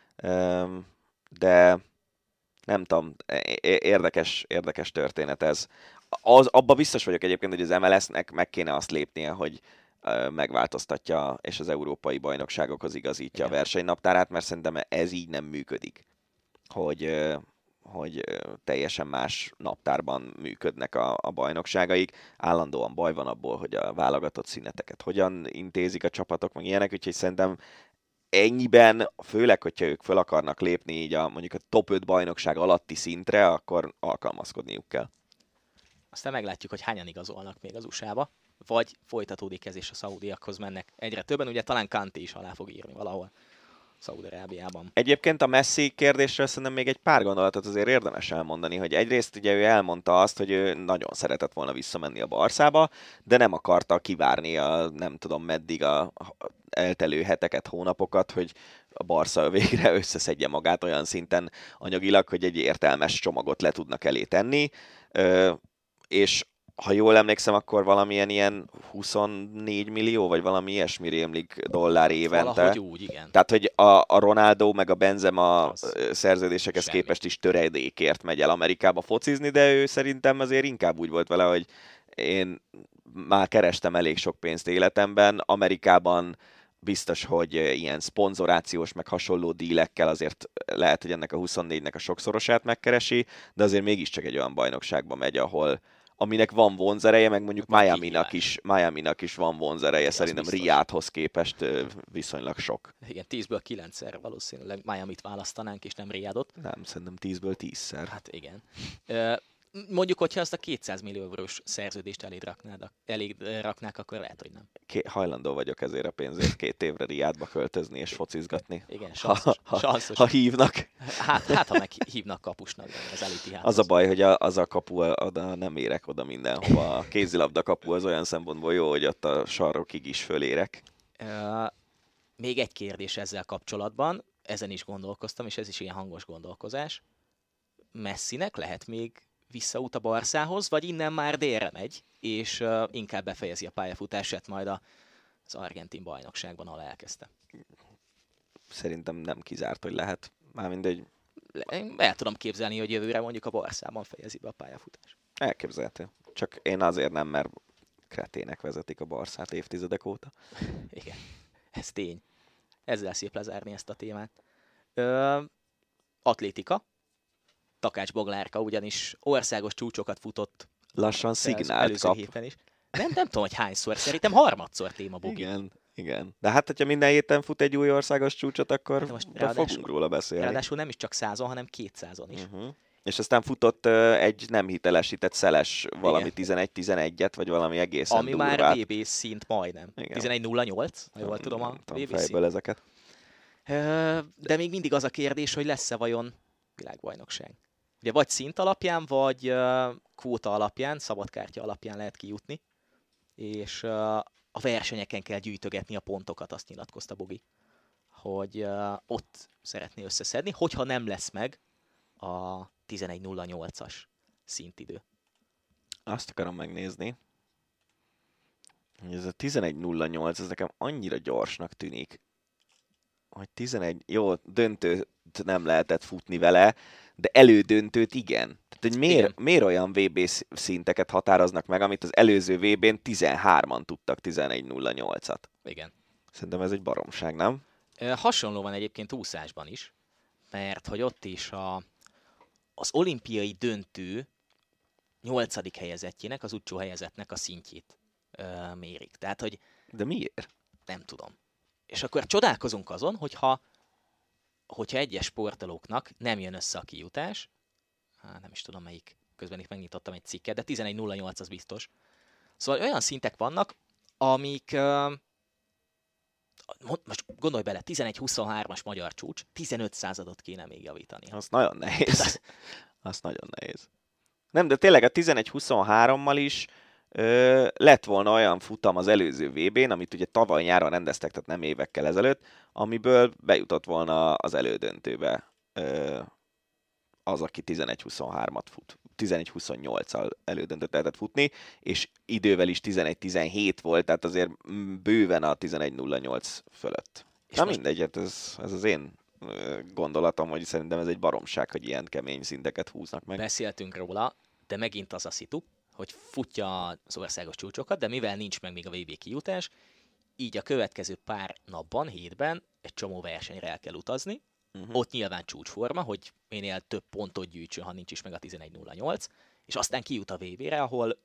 öm, de nem tudom, é- é- érdekes, érdekes történet ez. Az, abba biztos vagyok egyébként, hogy az em el es-nek meg kéne azt lépnie, hogy ö, megváltoztatja, és az európai bajnokságokhoz igazítja Igen. a versenynaptárát, mert szerintem ez így nem működik. Hogy, ö, hogy ö, teljesen más naptárban működnek a, a bajnokságaik. Állandóan baj van abból, hogy a válogatott szüneteket hogyan intézik a csapatok, meg ilyenek, úgyhogy szerintem ennyiben, főleg, hogyha ők föl akarnak lépni így a, mondjuk a top öt bajnokság alatti szintre, akkor alkalmazkodniuk kell. Aztán meglátjuk, hogy hányan igazolnak még az u es á-ba, vagy folytatódik ez és a szaudiakhoz mennek egyre többen, ugye talán Kanté is alá fog írni valahol Szaúd-Arábiában. Egyébként a Messi kérdésről szerintem még egy pár gondolatot azért érdemes elmondani, hogy egyrészt ugye ő elmondta azt, hogy ő nagyon szeretett volna visszamenni a Barszába, de nem akarta kivárni a nem tudom meddig a eltelő heteket, hónapokat, hogy a Barca végre összeszedje magát olyan szinten anyagilag, hogy egy értelmes csomagot le tudnak elé tenni, Ö, és ha jól emlékszem, akkor valamilyen ilyen huszonnégy millió, vagy valami ilyesmi rémlik dollár évente. Valahogy úgy, igen. Tehát, hogy a, a Ronaldo meg a Benzema Az szerződésekhez semmi. képest is töredékért megy el Amerikába focizni, de ő szerintem azért inkább úgy volt vele, hogy én már kerestem elég sok pénzt életemben, Amerikában biztos, hogy ilyen szponzorációs, meg hasonló dílekkel azért lehet, hogy ennek a huszonnégynek a sokszorosát megkeresi, de azért mégiscsak egy olyan bajnokságba megy, ahol aminek van vonzereje, meg mondjuk Van Miaminak kihívás. is, Miaminak is van vonzereje, Az szerintem biztos. Riyadhoz képest ö, viszonylag sok. Igen, tízből kilencszer valószínűleg Miamit választanánk, és nem Riyadot. Nem, szerintem tízből tízszer. Hát igen. Ö, Mondjuk, hogyha azt a kétszáz millió eurós szerződést elég, raknád, elég raknák, akkor lehet, hogy nem. Ké- hajlandó vagyok ezért a pénzért két évre Riádba költözni és focizgatni. Igen, sanszos. Ha, ha, sanszos. ha hívnak. Hát, hát, ha meghívnak kapusnak az eliti háthoz. Az a baj, hogy a, az a kapu, oda nem érek oda mindenhova. A kézilabda kapu az olyan szempontból jó, hogy ott a sarokig is fölérek. Uh, még egy kérdés ezzel kapcsolatban, ezen is gondolkoztam, és ez is ilyen hangos gondolkozás. Messinek lehet még visszaút a Barszához, vagy innen már délre megy, és uh, inkább befejezi a pályafutását majd az argentin bajnokságban, ahol elkezdte. Szerintem nem kizárt, hogy lehet. Mármint egy... Én el tudom képzelni, hogy jövőre mondjuk a Barszában fejezi be a pályafutást. Elképzelhető. Csak én azért nem, mert kretének vezetik a Barszát évtizedek óta. Igen, ez tény. Ezzel szép lezárni ezt a témát. Ö, atlétika. Takács Boglárka ugyanis országos csúcsokat futott. Lassan szignált kap. Héten is. Nem, nem tudom, hogy hányszor. Szerintem harmadszor téma, Bogi. Igen, igen. De hát, hogyha minden héten fut egy új országos csúcsot, akkor hát most fogunk róla beszélni. Ráadásul nem is csak százon, hanem kétszázon is. Uh-huh. És aztán futott uh, egy nem hitelesített szeles valami tizenegy tizenegyet, vagy valami egészen ami durvát. már vé bé szint majdnem. Igen. tizenegy nulla nyolc, ha jól tudom a tudom vé bé fejből szint. ezeket. De még mindig az a kérdés, hogy lesz-e vajon világbajnokság. Ugye vagy szint alapján, vagy kvóta alapján, szabadkártya alapján lehet kijutni, és a versenyeken kell gyűjtögetni a pontokat, azt nyilatkozta Bogi, hogy ott szeretné összeszedni, hogyha nem lesz meg a tizenegy nulla nyolcas szintidő. Azt akarom megnézni, hogy ez a tizenegy nulla nyolc, ez nekem annyira gyorsnak tűnik, hogy tizenegy, jó, döntőt nem lehetett futni vele, de elődöntőt igen. Tehát, hogy miért, miért olyan vé bé szinteket határoznak meg, amit az előző vé bén tizenhárman tudtak tizenegy nulla nyolcat. Igen. Szerintem ez egy baromság, nem? Hasonló van egyébként úszásban is, mert hogy ott is a, az olimpiai döntő nyolcadik helyezettjének, az utcsó helyezettnek a szintjét ö, mérik. Tehát, hogy... De miért? Nem tudom. És akkor csodálkozunk azon, hogyha, hogyha egyes sportolóknak nem jön össze a kijutás, hát nem is tudom melyik, közben itt megnyitottam egy cikket, de tizenegy nulla nyolc az biztos. Szóval olyan szintek vannak, amik, uh, most gondolj bele, tizenegy huszonhármas magyar csúcs, tizenöt századot kéne még javítani. Az nagyon nehéz. Az nagyon nehéz. Nem, de tényleg a tizenegy huszonhárommal is Ö, lett volna olyan futam az előző vé bén, amit ugye tavaly nyáron rendeztek, tehát nem évekkel ezelőtt, amiből bejutott volna az elődöntőbe ö, az, aki tizenegy huszonhármat fut. tizenegy huszonnyolccal elődöntőt lehetett futni, és idővel is tizenegy tizenhét volt, tehát azért bőven a tizenegy nulla nyolc fölött. És na most... mindegy, hát ez, ez az én gondolatom, hogy szerintem ez egy baromság, hogy ilyen kemény szinteket húznak meg. Beszéltünk róla, de megint az a szitu, hogy futja az országos csúcsokat, de mivel nincs meg még a vé bé kijutás, így a következő pár napban, hétben egy csomó versenyre el kell utazni. Uh-huh. Ott nyilván csúcsforma, hogy minél több pontot gyűjtsön, ha nincs is meg a tizenegy nulla nyolc, és aztán kijut a vé bére, ahol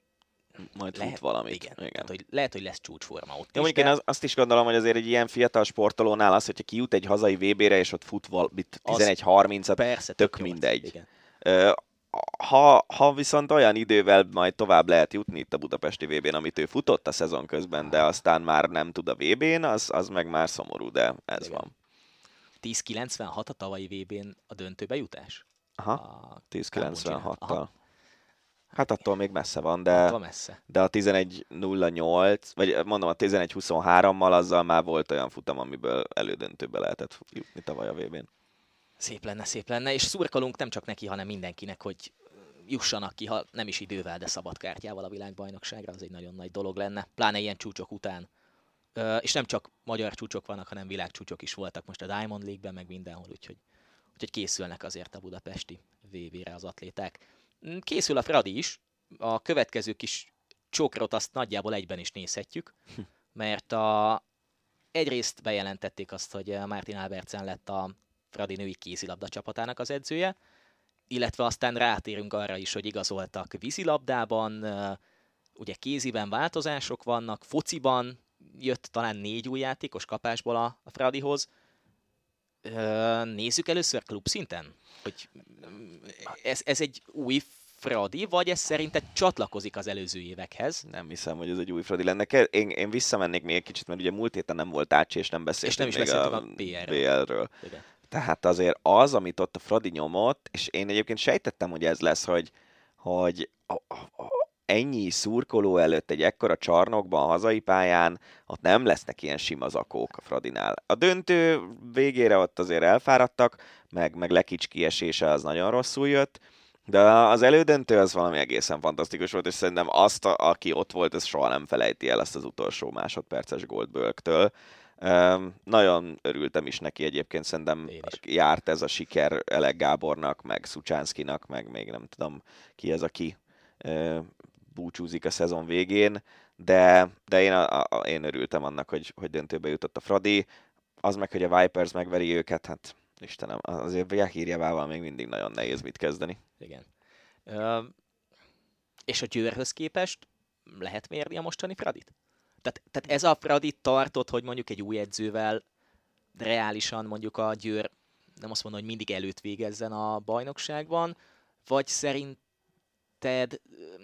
majd lehet, fut valamit. Igen, igen. Tehát, hogy lehet, hogy lesz csúcsforma ott Jó, is. De... Én az, azt is gondolom, hogy azért egy ilyen fiatal sportolónál az, hogyha kijut egy hazai vé bére, és ott fut valamit tizenegy harmincat, persze, tök, tök mindegy. Igen. Uh, Ha, ha viszont olyan idővel majd tovább lehet jutni itt a budapesti vé bén, amit ő futott a szezon közben, de aztán már nem tud a vé bén, az, az meg már szomorú, de ez igen. van. tíz kilencvenhat a tavalyi vé bén a döntőbe jutás? Aha, tíz kilencvenhattal. Hát attól még messze van, de, messze. de a tizenegy nulla nyolc, vagy mondom a tizenegy huszonhárommal azzal már volt olyan futam, amiből elődöntőbe lehetett jutni tavaly a vé bén. Szép lenne, szép lenne, és szurkolunk nem csak neki, hanem mindenkinek, hogy jussanak ki, ha nem is idővel, de szabadkártyával a világbajnokságra, az egy nagyon nagy dolog lenne, pláne ilyen csúcsok után. Ö, és nem csak magyar csúcsok vannak, hanem világcsúcsok is voltak most a Diamond League-ben, meg mindenhol, úgyhogy, úgyhogy készülnek azért a budapesti vé bére az atléták. Készül a Fradi is, a következő kis csokrot azt nagyjából egyben is nézhetjük, mert a, egyrészt bejelentették azt, hogy Martin Albertsen lett a Fradi női kézilabda csapatának az edzője, illetve aztán rátérünk arra is, hogy igazoltak vízilabdában, ugye kéziben változások vannak, fociban jött talán négy új játékos kapásból a, a Fradihoz. Nézzük először klub szinten, hogy ez, ez egy új Fradi, vagy ez szerinted csatlakozik az előző évekhez? Nem hiszem, hogy ez egy új Fradi lenne. Ke- Én, én visszamennék még egy kicsit, mert ugye múlt héten nem volt Ácsi, és nem És nem beszéltünk is még beszéltünk a, a bé el-ről. bé el-ről. Igen. Tehát azért az, amit ott a Fradi nyomott, és én egyébként sejtettem, hogy ez lesz, hogy, hogy a, a, a, ennyi szurkoló előtt egy ekkora csarnokban, a hazai pályán, ott nem lesznek ilyen sima zakók a Fradinál. A döntő végére ott azért elfáradtak, meg, meg Lekics kiesése az nagyon rosszul jött, de az elődöntő az valami egészen fantasztikus volt, és szerintem azt, a, aki ott volt, ez soha nem felejti el ezt az utolsó másodperces gólt Bölktől. Um, nagyon örültem is neki egyébként, szerintem járt ez a siker Elek Gábornak, meg Szucsánszkinak, meg még nem tudom ki ez, aki uh, búcsúzik a szezon végén, de, de én, a, a, én örültem annak, hogy, hogy döntőbe jutott a Fradi. Az meg, hogy a Vipers megveri őket, hát Istenem, azért Jahírjevával még mindig nagyon nehéz mit kezdeni. Igen. Uh, és a Győrhöz képest lehet mérni a mostani Fradit? Tehát, tehát ez a Fradi tartott, hogy mondjuk egy új edzővel reálisan mondjuk a Győr, nem azt mondom, hogy mindig előtt végezzen a bajnokságban, vagy szerinted,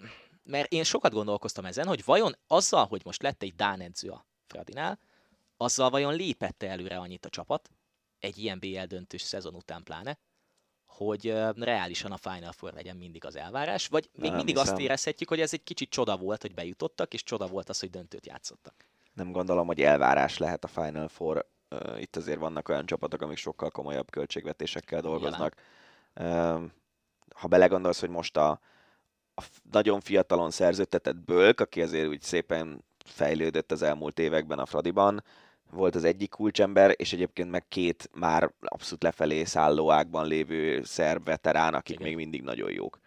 mert én sokat gondolkoztam ezen, hogy vajon azzal, hogy most lett egy dán edző a Fradinál, azzal vajon lépette előre annyit a csapat, egy ilyen bé el döntős szezon után pláne, hogy uh, reálisan a Final Four legyen mindig az elvárás, vagy még nem mindig hiszem. azt érezhetjük, hogy ez egy kicsit csoda volt, hogy bejutottak, és csoda volt az, hogy döntőt játszottak. Nem gondolom, hogy elvárás lehet a Final Four. Uh, itt azért vannak olyan csapatok, amik sokkal komolyabb költségvetésekkel dolgoznak. Uh, ha belegondolsz, hogy most a, a nagyon fiatalon szerződtetett Bölk, aki azért úgy szépen fejlődött az elmúlt években a Fradiban, volt az egyik kulcsember, és egyébként meg két már abszolút lefelé szálló ágban lévő szerb veterán, akik Igen. még mindig nagyon jók.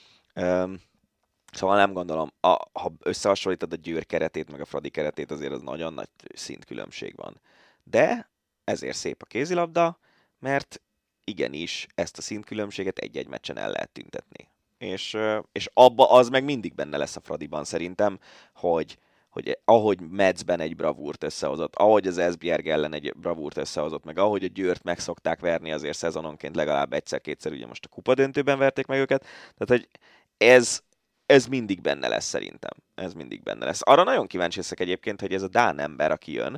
Um, szóval nem gondolom, a, ha összehasonlítod a Győr keretét, meg a Fradi keretét, azért az nagyon nagy szintkülönbség van. De ezért szép a kézilabda, mert igenis ezt a szintkülönbséget egy-egy meccsen el lehet tüntetni. És, és abba az meg mindig benne lesz a Fradiban szerintem, hogy hogy ahogy Metzben egy bravúrt összehozott, ahogy az Esbjerg ellen egy bravúrt összehozott, meg ahogy a Győrt meg szokták verni azért szezononként legalább egyszer-kétszer, ugye most a kupadöntőben verték meg őket, tehát hogy ez, ez mindig benne lesz szerintem. Ez mindig benne lesz. Arra nagyon kíváncsi leszek egyébként, hogy ez a dán ember, aki jön,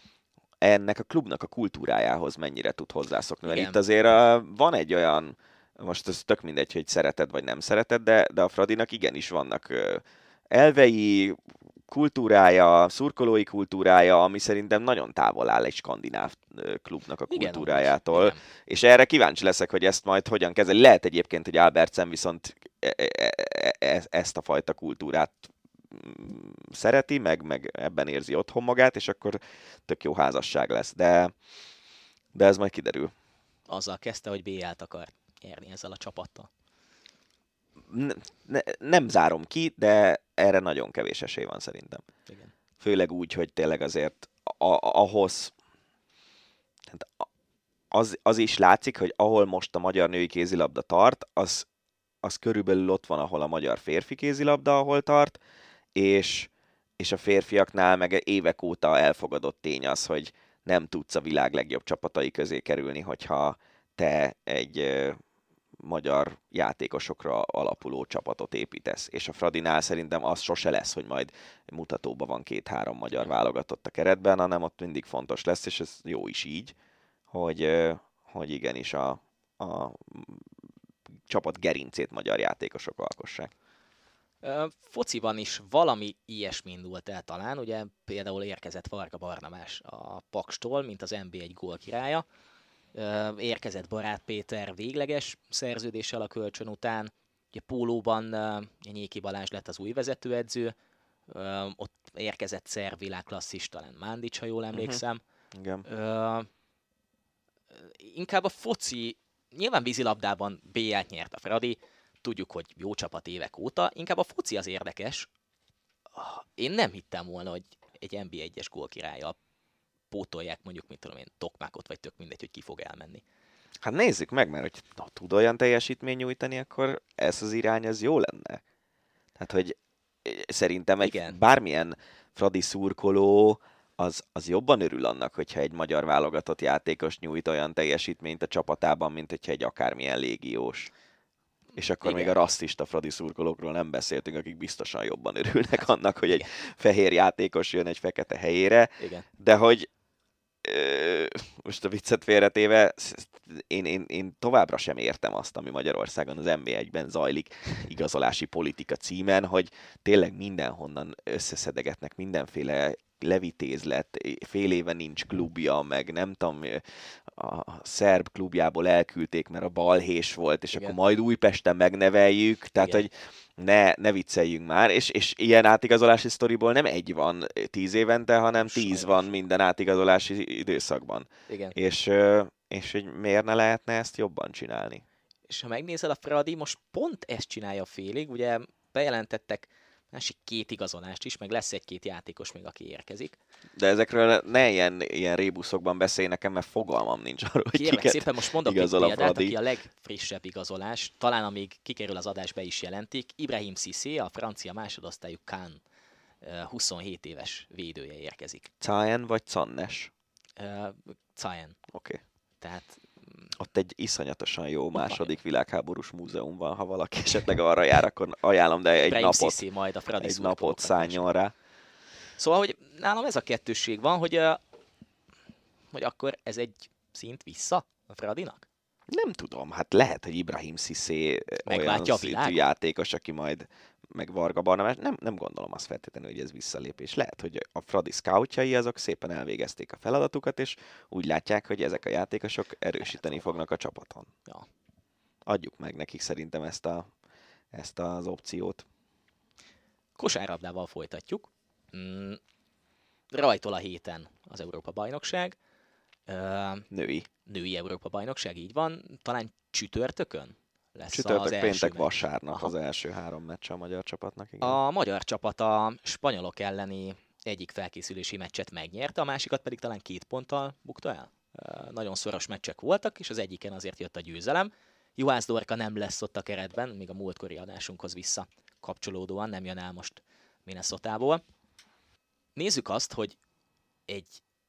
ennek a klubnak a kultúrájához mennyire tud hozzászokni. Mert itt azért uh, van egy olyan, most ez tök mindegy, hogy szereted vagy nem szereted, de, de a Fradinak igenis vannak uh, elvei, kultúrája, szurkolói kultúrája, ami szerintem nagyon távol áll egy skandináv klubnak a kultúrájától. Igen, és erre kíváncsi leszek, hogy ezt majd hogyan kezeli. Lehet egyébként, hogy Albertsen viszont ezt a fajta kultúrát szereti, meg, meg ebben érzi otthon magát, és akkor tök jó házasság lesz. De, de ez majd kiderül. Azzal kezdte, hogy bé el-t akar nyerni ezzel a csapattal. Ne, ne, nem zárom ki, de erre nagyon kevés esély van szerintem. Igen. Főleg úgy, hogy tényleg azért a, a, ahhoz az, az is látszik, hogy ahol most a magyar női kézilabda tart, az, az körülbelül ott van, ahol a magyar férfi kézilabda, ahol tart, és, és a férfiaknál meg évek óta elfogadott tény az, hogy nem tudsz a világ legjobb csapatai közé kerülni, hogyha te egy magyar játékosokra alapuló csapatot építesz. És a Fradinál szerintem az sose lesz, hogy majd mutatóban van két-három magyar válogatott a keretben, hanem ott mindig fontos lesz, és ez jó is így, hogy, hogy igenis a, a csapat gerincét magyar játékosok alkossák. Fociban is valami ilyesmi indult el talán, ugye például érkezett Varga Barnabás a Pakstól, mint az en bé egy gólkirálya. Érkezett Barát Péter végleges szerződéssel a kölcsön után. Ugye pólóban Nyéki Balázs lett az új vezetőedző, ott érkezett szerb világklasszis, talán Mándics, ha jól emlékszem. Uh-huh. Igen. Inkább a foci, nyilván vízilabdában bé el-t nyert a Fradi, tudjuk, hogy jó csapat évek óta, inkább a foci az érdekes. Én nem hittem volna, hogy egy en bé egyes gólkirállyal pótolják mondjuk, mint tudom én, Tokmákot, vagy tök mindegy, hogy ki fog elmenni. Hát nézzük meg, mert hogy ha tud olyan teljesítmény nyújtani, akkor ez az irány, az jó lenne. Tehát, hogy szerintem egy Igen. bármilyen Fradi szurkoló az, az jobban örül annak, hogyha egy magyar válogatott játékos nyújt olyan teljesítményt a csapatában, mint hogyha egy akármilyen légiós. És akkor Igen. még a rasszista Fradi szurkolókról nem beszéltünk, akik biztosan jobban örülnek annak, hogy egy fehér játékos jön egy fekete helyére. Igen. De hogy ö, most a viccet félretéve, én, én, én továbbra sem értem azt, ami Magyarországon az en bé egyben zajlik igazolási politika címen, hogy tényleg mindenhonnan összeszedegetnek mindenféle levitézlet, fél éve nincs klubja, meg nem tudom, a szerb klubjából elküldték, mert a balhés volt, és Igen. akkor majd Újpesten megneveljük, tehát Igen. hogy ne, ne vicceljünk már, és, és ilyen átigazolási sztoriból nem egy van tíz évente, hanem tíz Sajnos. van minden átigazolási időszakban. Igen. És, ö, és hogy miért ne lehetne ezt jobban csinálni? És ha megnézed, a Fradi most pont ezt csinálja félig, ugye bejelentettek másik két igazolást is, meg lesz egy-két játékos még, aki érkezik. De ezekről ne ilyen, ilyen rébuszokban beszélj nekem, mert fogalmam nincs arról, hogy Kérlek kiket szépen, most mondok egy igazol a példát, Fradi. aki a legfrissebb igazolás, talán amíg kikerül az adás, be is jelentik. Ibrahim Cissé, a francia másodosztályú Cannes huszonhét éves védője érkezik. Caen vagy Cannes? Uh, Caen. Oké. Okay. Tehát Ott egy iszonyatosan jó van. második világháborús múzeum van, ha valaki esetleg arra jár, akkor ajánlom, de egy Ibrahim napot, Cissé majd a Fradi egy szurkolóknak napot szálljon rá. Szóval, hogy nálam ez a kettősség van, hogy, uh, hogy akkor ez egy szint vissza a Fradinak? Nem tudom, hát lehet, hogy Ibrahim Cissé olyan Megváltja a szintű világot? játékos, aki majd meg Varga Barnabás, nem, nem gondolom azt feltétlenül, hogy ez visszalépés. Lehet, hogy a Fradi scoutjai azok szépen elvégezték a feladatukat, és úgy látják, hogy ezek a játékosok erősíteni fognak a csapaton. Ja. Adjuk meg nekik szerintem ezt, a, ezt az opciót. Kosárlabdával folytatjuk. Mm, rajtol a héten az Európa-bajnokság. Uh, Női. női Európa-bajnokság, így van. Talán csütörtökön lesz Csütörtök, az első péntek, meccs. vasárnap Aha. az első három meccs a magyar csapatnak. Igen. A magyar csapat a spanyolok elleni egyik felkészülési meccset megnyerte, a másikat pedig talán két ponttal bukta el. Uh, nagyon szoros meccsek voltak, és az egyiken azért jött a győzelem. Juhász Dorka nem lesz ott a keretben, még a múltkori adásunkhoz vissza kapcsolódóan nem jön el most Minnesotából. Nézzük azt, hogy egy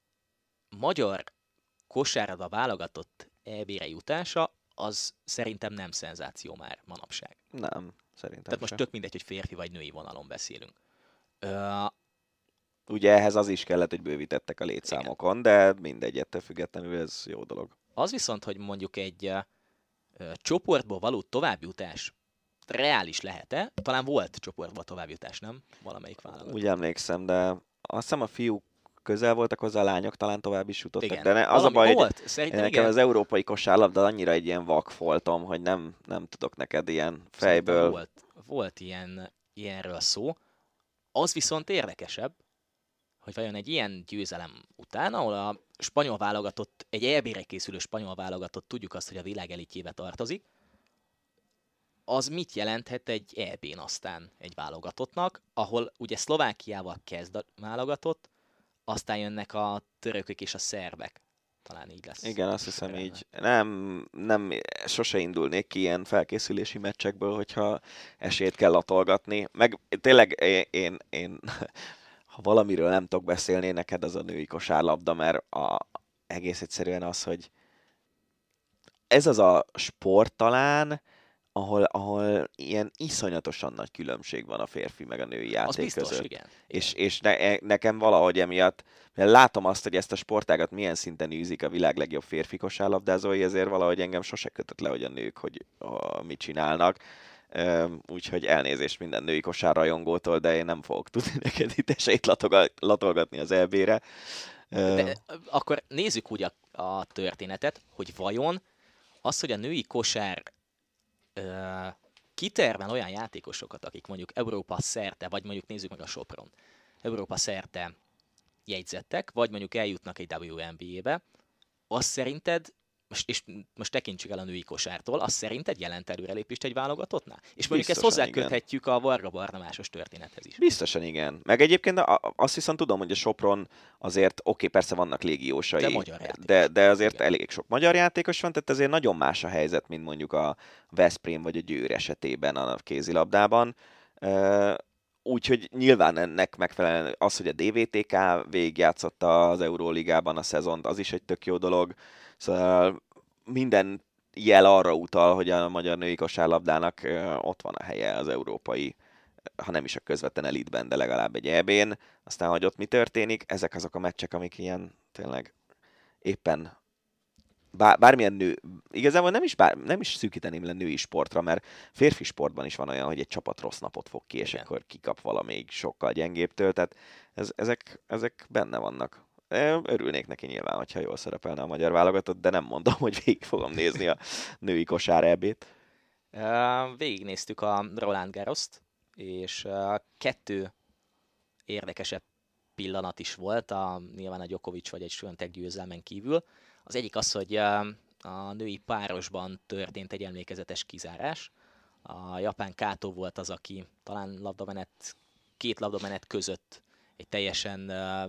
magyar kosárlabda válogatott é bé-re jutása, az szerintem nem szenzáció már manapság. Nem, szerintem Tehát most sem. tök mindegy, hogy férfi vagy női vonalon beszélünk. Ö, Ugye ehhez az is kellett, hogy bővítettek a létszámokon, de mindegy, ettől függetlenül ez jó dolog. az viszont, hogy mondjuk egy ö, ö, csoportból való továbbjutás reális lehet-e? Talán volt csoportból továbbjutás, nem? Valamelyik válogatott. Úgy emlékszem, de azt hiszem a fiúk közel voltak hozzá, a lányok talán tovább is jutottak. Igen. De ne, az a Valami baj, hogy volt? Szerintem nekem igen. az európai kosárlabda annyira egy ilyen vakfoltom, hogy nem, nem tudok neked ilyen Szerintem fejből. Volt, volt ilyen, ilyenről szó. Az viszont érdekesebb, hogy vajon egy ilyen győzelem után, ahol a spanyol válogatott, egy é bé-re készülő spanyol válogatott, tudjuk azt, hogy a világ elitjébe tartozik, az mit jelenthet egy é bén aztán egy válogatottnak, ahol ugye Szlovákiával kezd a válogatott, aztán jönnek a törökök és a szerbek. Talán így lesz. Igen, azt hiszem Rendben. így. Nem, nem, sose indulnék ki ilyen felkészülési meccsekből, hogyha esélyt kell latolgatni. Meg tényleg én, én, én ha valamiről nem tudok beszélni, neked az a női kosárlabda, mert a, egész egyszerűen az, hogy ez az a sport talán, ahol, ahol ilyen iszonyatosan nagy különbség van a férfi meg a női játék Az biztos, között. igen. És, és ne, nekem valahogy emiatt, mert látom azt, hogy ezt a sportágat milyen szinten űzik a világ legjobb férfi kosárlabdázói, ezért valahogy engem sose kötött le, hogy a nők hogy a, mit csinálnak. Üm, úgyhogy elnézést minden női kosárrajongótól, de én nem fogok tudni neked itt esélyt latogat, latolgatni az é bé-re. De akkor nézzük úgy a, a történetet, hogy vajon az, hogy a női kosár ö, kitermel olyan játékosokat, akik mondjuk Európa szerte, vagy mondjuk nézzük meg a Sopron, Európa szerte jegyzettek, vagy mondjuk eljutnak egy dupla vé en bé-be, az szerinted, most, és most tekintsük el a női kosártól, az szerinted jelent előrelépést egy válogatottnál? És mondjuk ezt Biztosan hozzáköthetjük a Varga Barnamásos történethez is. Biztosan igen. Meg egyébként a- azt viszont tudom, hogy a Sopron azért, oké, persze vannak légiósai, De magyar játékos. de, de azért Igen. elég sok magyar játékos van, tehát azért nagyon más a helyzet, mint mondjuk a Veszprém vagy a Győr esetében a kézilabdában. Ö, Úgyhogy nyilván ennek megfelelően az, hogy a dé vé té ká végigjátszotta az Euróligában a szezont, az is egy tök jó dolog. Szóval minden jel arra utal, hogy a magyar női kosárlabdának ott van a helye az európai, ha nem is a közvetlen elitben, de legalább egy é bén. Aztán, hogy ott mi történik, ezek azok a meccsek, amik ilyen tényleg éppen bár, bármilyen nő, igazából nem is, bár, nem is szűkíteném le női sportra, mert férfi sportban is van olyan, hogy egy csapat rossz napot fog ki, és igen, akkor kikap valamelyik sokkal gyengébbtől, tehát ez, ezek, ezek benne vannak. Örülnék neki nyilván, hogyha jól szerepelne a magyar válogatott, de nem mondom, hogy végig fogom nézni a női kosár é bét. Uh, végignéztük a Roland Garrost, és uh, kettő érdekesebb pillanat is volt, a, nyilván a Djokovic vagy egy Swiatek győzelmen kívül. Az egyik az, hogy uh, a női párosban történt egy emlékezetes kizárás. A japán Kato volt az, aki talán labdamenet, két labdamenet között egy teljesen uh,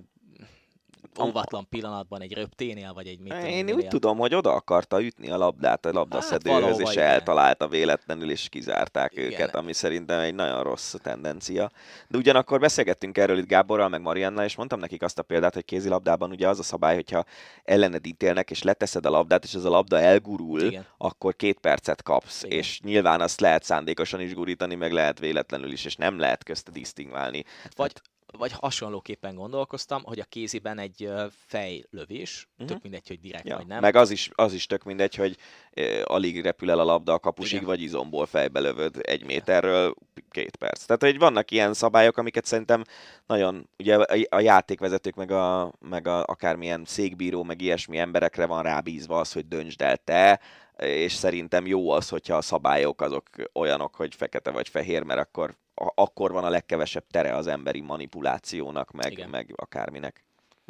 óvatlan pillanatban egy röpténél, vagy egy mit Én úgy tudom, hogy oda akarta ütni a labdát a labdaszedőhöz, hát és igen, eltalálta véletlenül, és kizárták igen, őket, ami szerintem egy nagyon rossz tendencia. De ugyanakkor beszélgettünk erről itt Gáborral, meg Mariannal, és mondtam nekik azt a példát, hogy kézilabdában ugye az a szabály, hogyha ellened ítélnek, és leteszed a labdát, és ez a labda elgurul, igen, akkor két percet kapsz, igen, és nyilván azt lehet szándékosan is gurítani, meg lehet véletlenül is, és nem lehet közte disztingválni. Hát vagy Vagy hasonlóképpen gondolkoztam, hogy a kéziben egy fejlövés, uh-huh, tök mindegy, hogy direkt ja, vagy nem. Meg az is, az is tök mindegy, hogy eh, alig repül el a labda a kapusig, igen, vagy izomból fejbe lövöd egy igen, méterről két perc. Tehát, hogy vannak ilyen szabályok, amiket szerintem nagyon, ugye a, a játékvezetők, meg, a, meg a, akármilyen székbíró, meg ilyesmi emberekre van rábízva az, hogy döntsd el te, és szerintem jó az, hogyha a szabályok azok olyanok, hogy fekete vagy fehér, mert akkor akkor van a legkevesebb tere az emberi manipulációnak, meg, meg akárminek.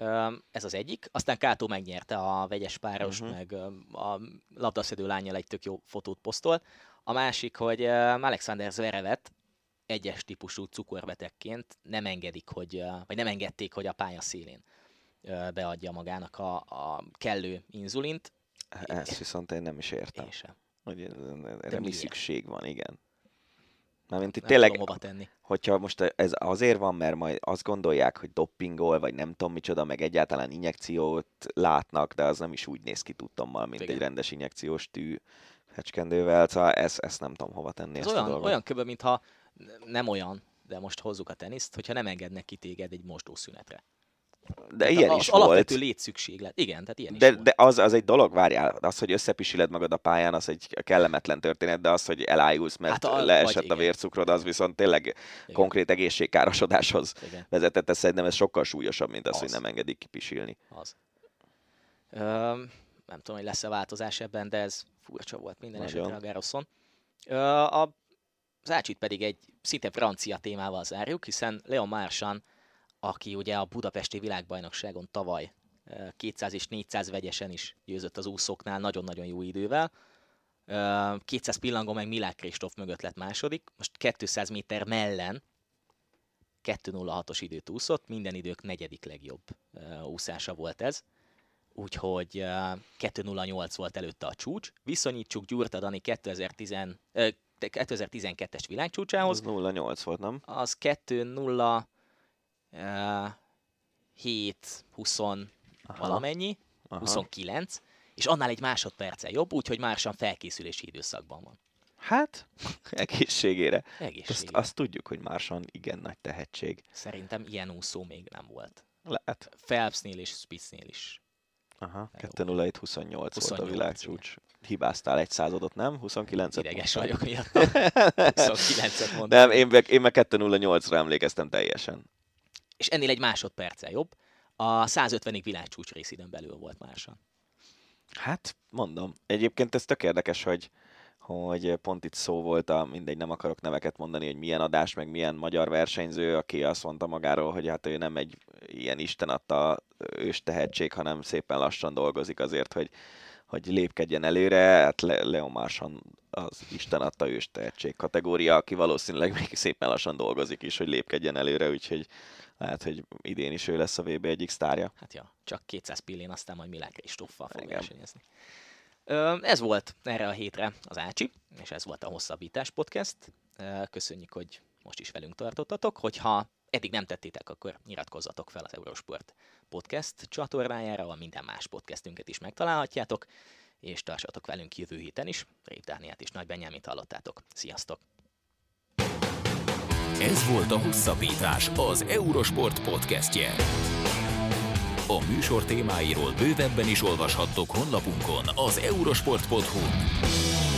Ez az egyik. Aztán Kato megnyerte a vegyes párost, uh-huh, meg a labdaszedő lánnyal egy tök jó fotót posztol. A másik, hogy Alexander Zverevet egyes típusú cukorbetegként nem engedik, hogy, vagy nem engedték, hogy a pálya szélén beadja magának a, a kellő inzulint. Ezt viszont én nem is értem. Én sem. Hogy erre mi szükség van, igen. Mármint itt nem tényleg, tudom hova tenni. Hogyha most ez azért van, mert majd azt gondolják, hogy doppingol, vagy nem tudom micsoda, meg egyáltalán injekciót látnak, de az nem is úgy néz ki tudtommal, mint igen, egy rendes injekciós tű fecskendővel, szóval ezt, ezt nem tudom hova tenni. Ez ezt olyan, a dolgot. olyan kb. Mintha nem olyan, de most hozzuk a teniszt, hogyha nem engednek ki téged egy mosdószünetre. De ilyen az is alapvető volt. létszükséglet. Igen, tehát ilyen de, is volt. De az, az egy dolog, várjál, az, hogy összepisiled magad a pályán, az egy kellemetlen történet, de az, hogy elájulsz, mert hát a, leesett a vércukrod, az viszont tényleg igen, konkrét egészségkárosodáshoz igen, vezetett. Ez szerintem ez sokkal súlyosabb, mint az, az, hogy nem engedik kipisilni. Az. Ö, nem tudom, hogy lesz-e változás ebben, de ez furcsa volt minden nagyon esetre a Garroson. Ö, a, az Ácsit pedig egy szinte francia témával zárjuk, hiszen Leon Marchand, aki ugye a budapesti világbajnokságon tavaly kétszáz és négyszáz vegyesen is győzött az úszóknál nagyon-nagyon jó idővel. kétszáz pillangó meg Milák Kristóf mögött lett második. Most kétszáz méter mellen kettő nulla hatos időt úszott, minden idők negyedik legjobb úszása volt ez. Úgyhogy kettő nulla nyolc volt előtte a csúcs. Viszonyítsuk Gyurta Dani kétezer-tizenkettes világcsúcsához. Az nulla nyolc volt, nem? Az kettő nulla hét húsz valamennyi, aha, huszonkilenc, és annál egy másodperccel jobb, úgyhogy Marchand felkészülési időszakban van. Hát, egészségére. Egészségére. Azt, azt tudjuk, hogy Marchand igen nagy tehetség. Szerintem ilyen úszó még nem volt. Lehet. Phelpsnél és Spitznél is. Aha, kettő nulla hét huszonnyolc volt a világcsúcs. Hibáztál egy századot, nem? huszonkilencet Ideges vagyok miatt. huszonkilencet mondtam. Nem, én meg, én meg kettő nulla nyolcra emlékeztem teljesen. És ennél egy másodperccel jobb. A százötvenig világcsúcs részidőn belül volt Marchand. Hát, mondom. Egyébként ez tök érdekes, hogy, hogy pont itt szó volt, a, mindegy, nem akarok neveket mondani, hogy milyen adás, meg milyen magyar versenyző, aki azt mondta magáról, hogy hát ő nem egy ilyen Isten adta ős tehetség, hanem szépen lassan dolgozik azért, hogy, hogy lépkedjen előre. Hát Le- Leon Marchand az Isten adta ős tehetség kategória, aki valószínűleg még szépen lassan dolgozik is, hogy lépkedjen előre, úgyhogy lehet, hogy idén is ő lesz a vé bé egyik sztárja. Hát ja, csak kétszáz pillén, aztán majd Milák Kristóffal fog versenyezni. Ez volt erre a hétre az Ácsi, és ez volt a Hosszabbítás Podcast. Köszönjük, hogy most is velünk tartottatok. Hogyha eddig nem tettétek, akkor iratkozzatok fel az Eurosport Podcast csatornájára, ahol minden más podcastünket is megtalálhatjátok. és tartsatok velünk jövő héten is. Rév Dánielt és Nagy Benyámint hallottátok. Sziasztok! Ez volt a Hosszabbítás, az Eurosport podcastje. A műsor témáiról bővebben is olvashattok honlapunkon, az eurosport pont hu-n.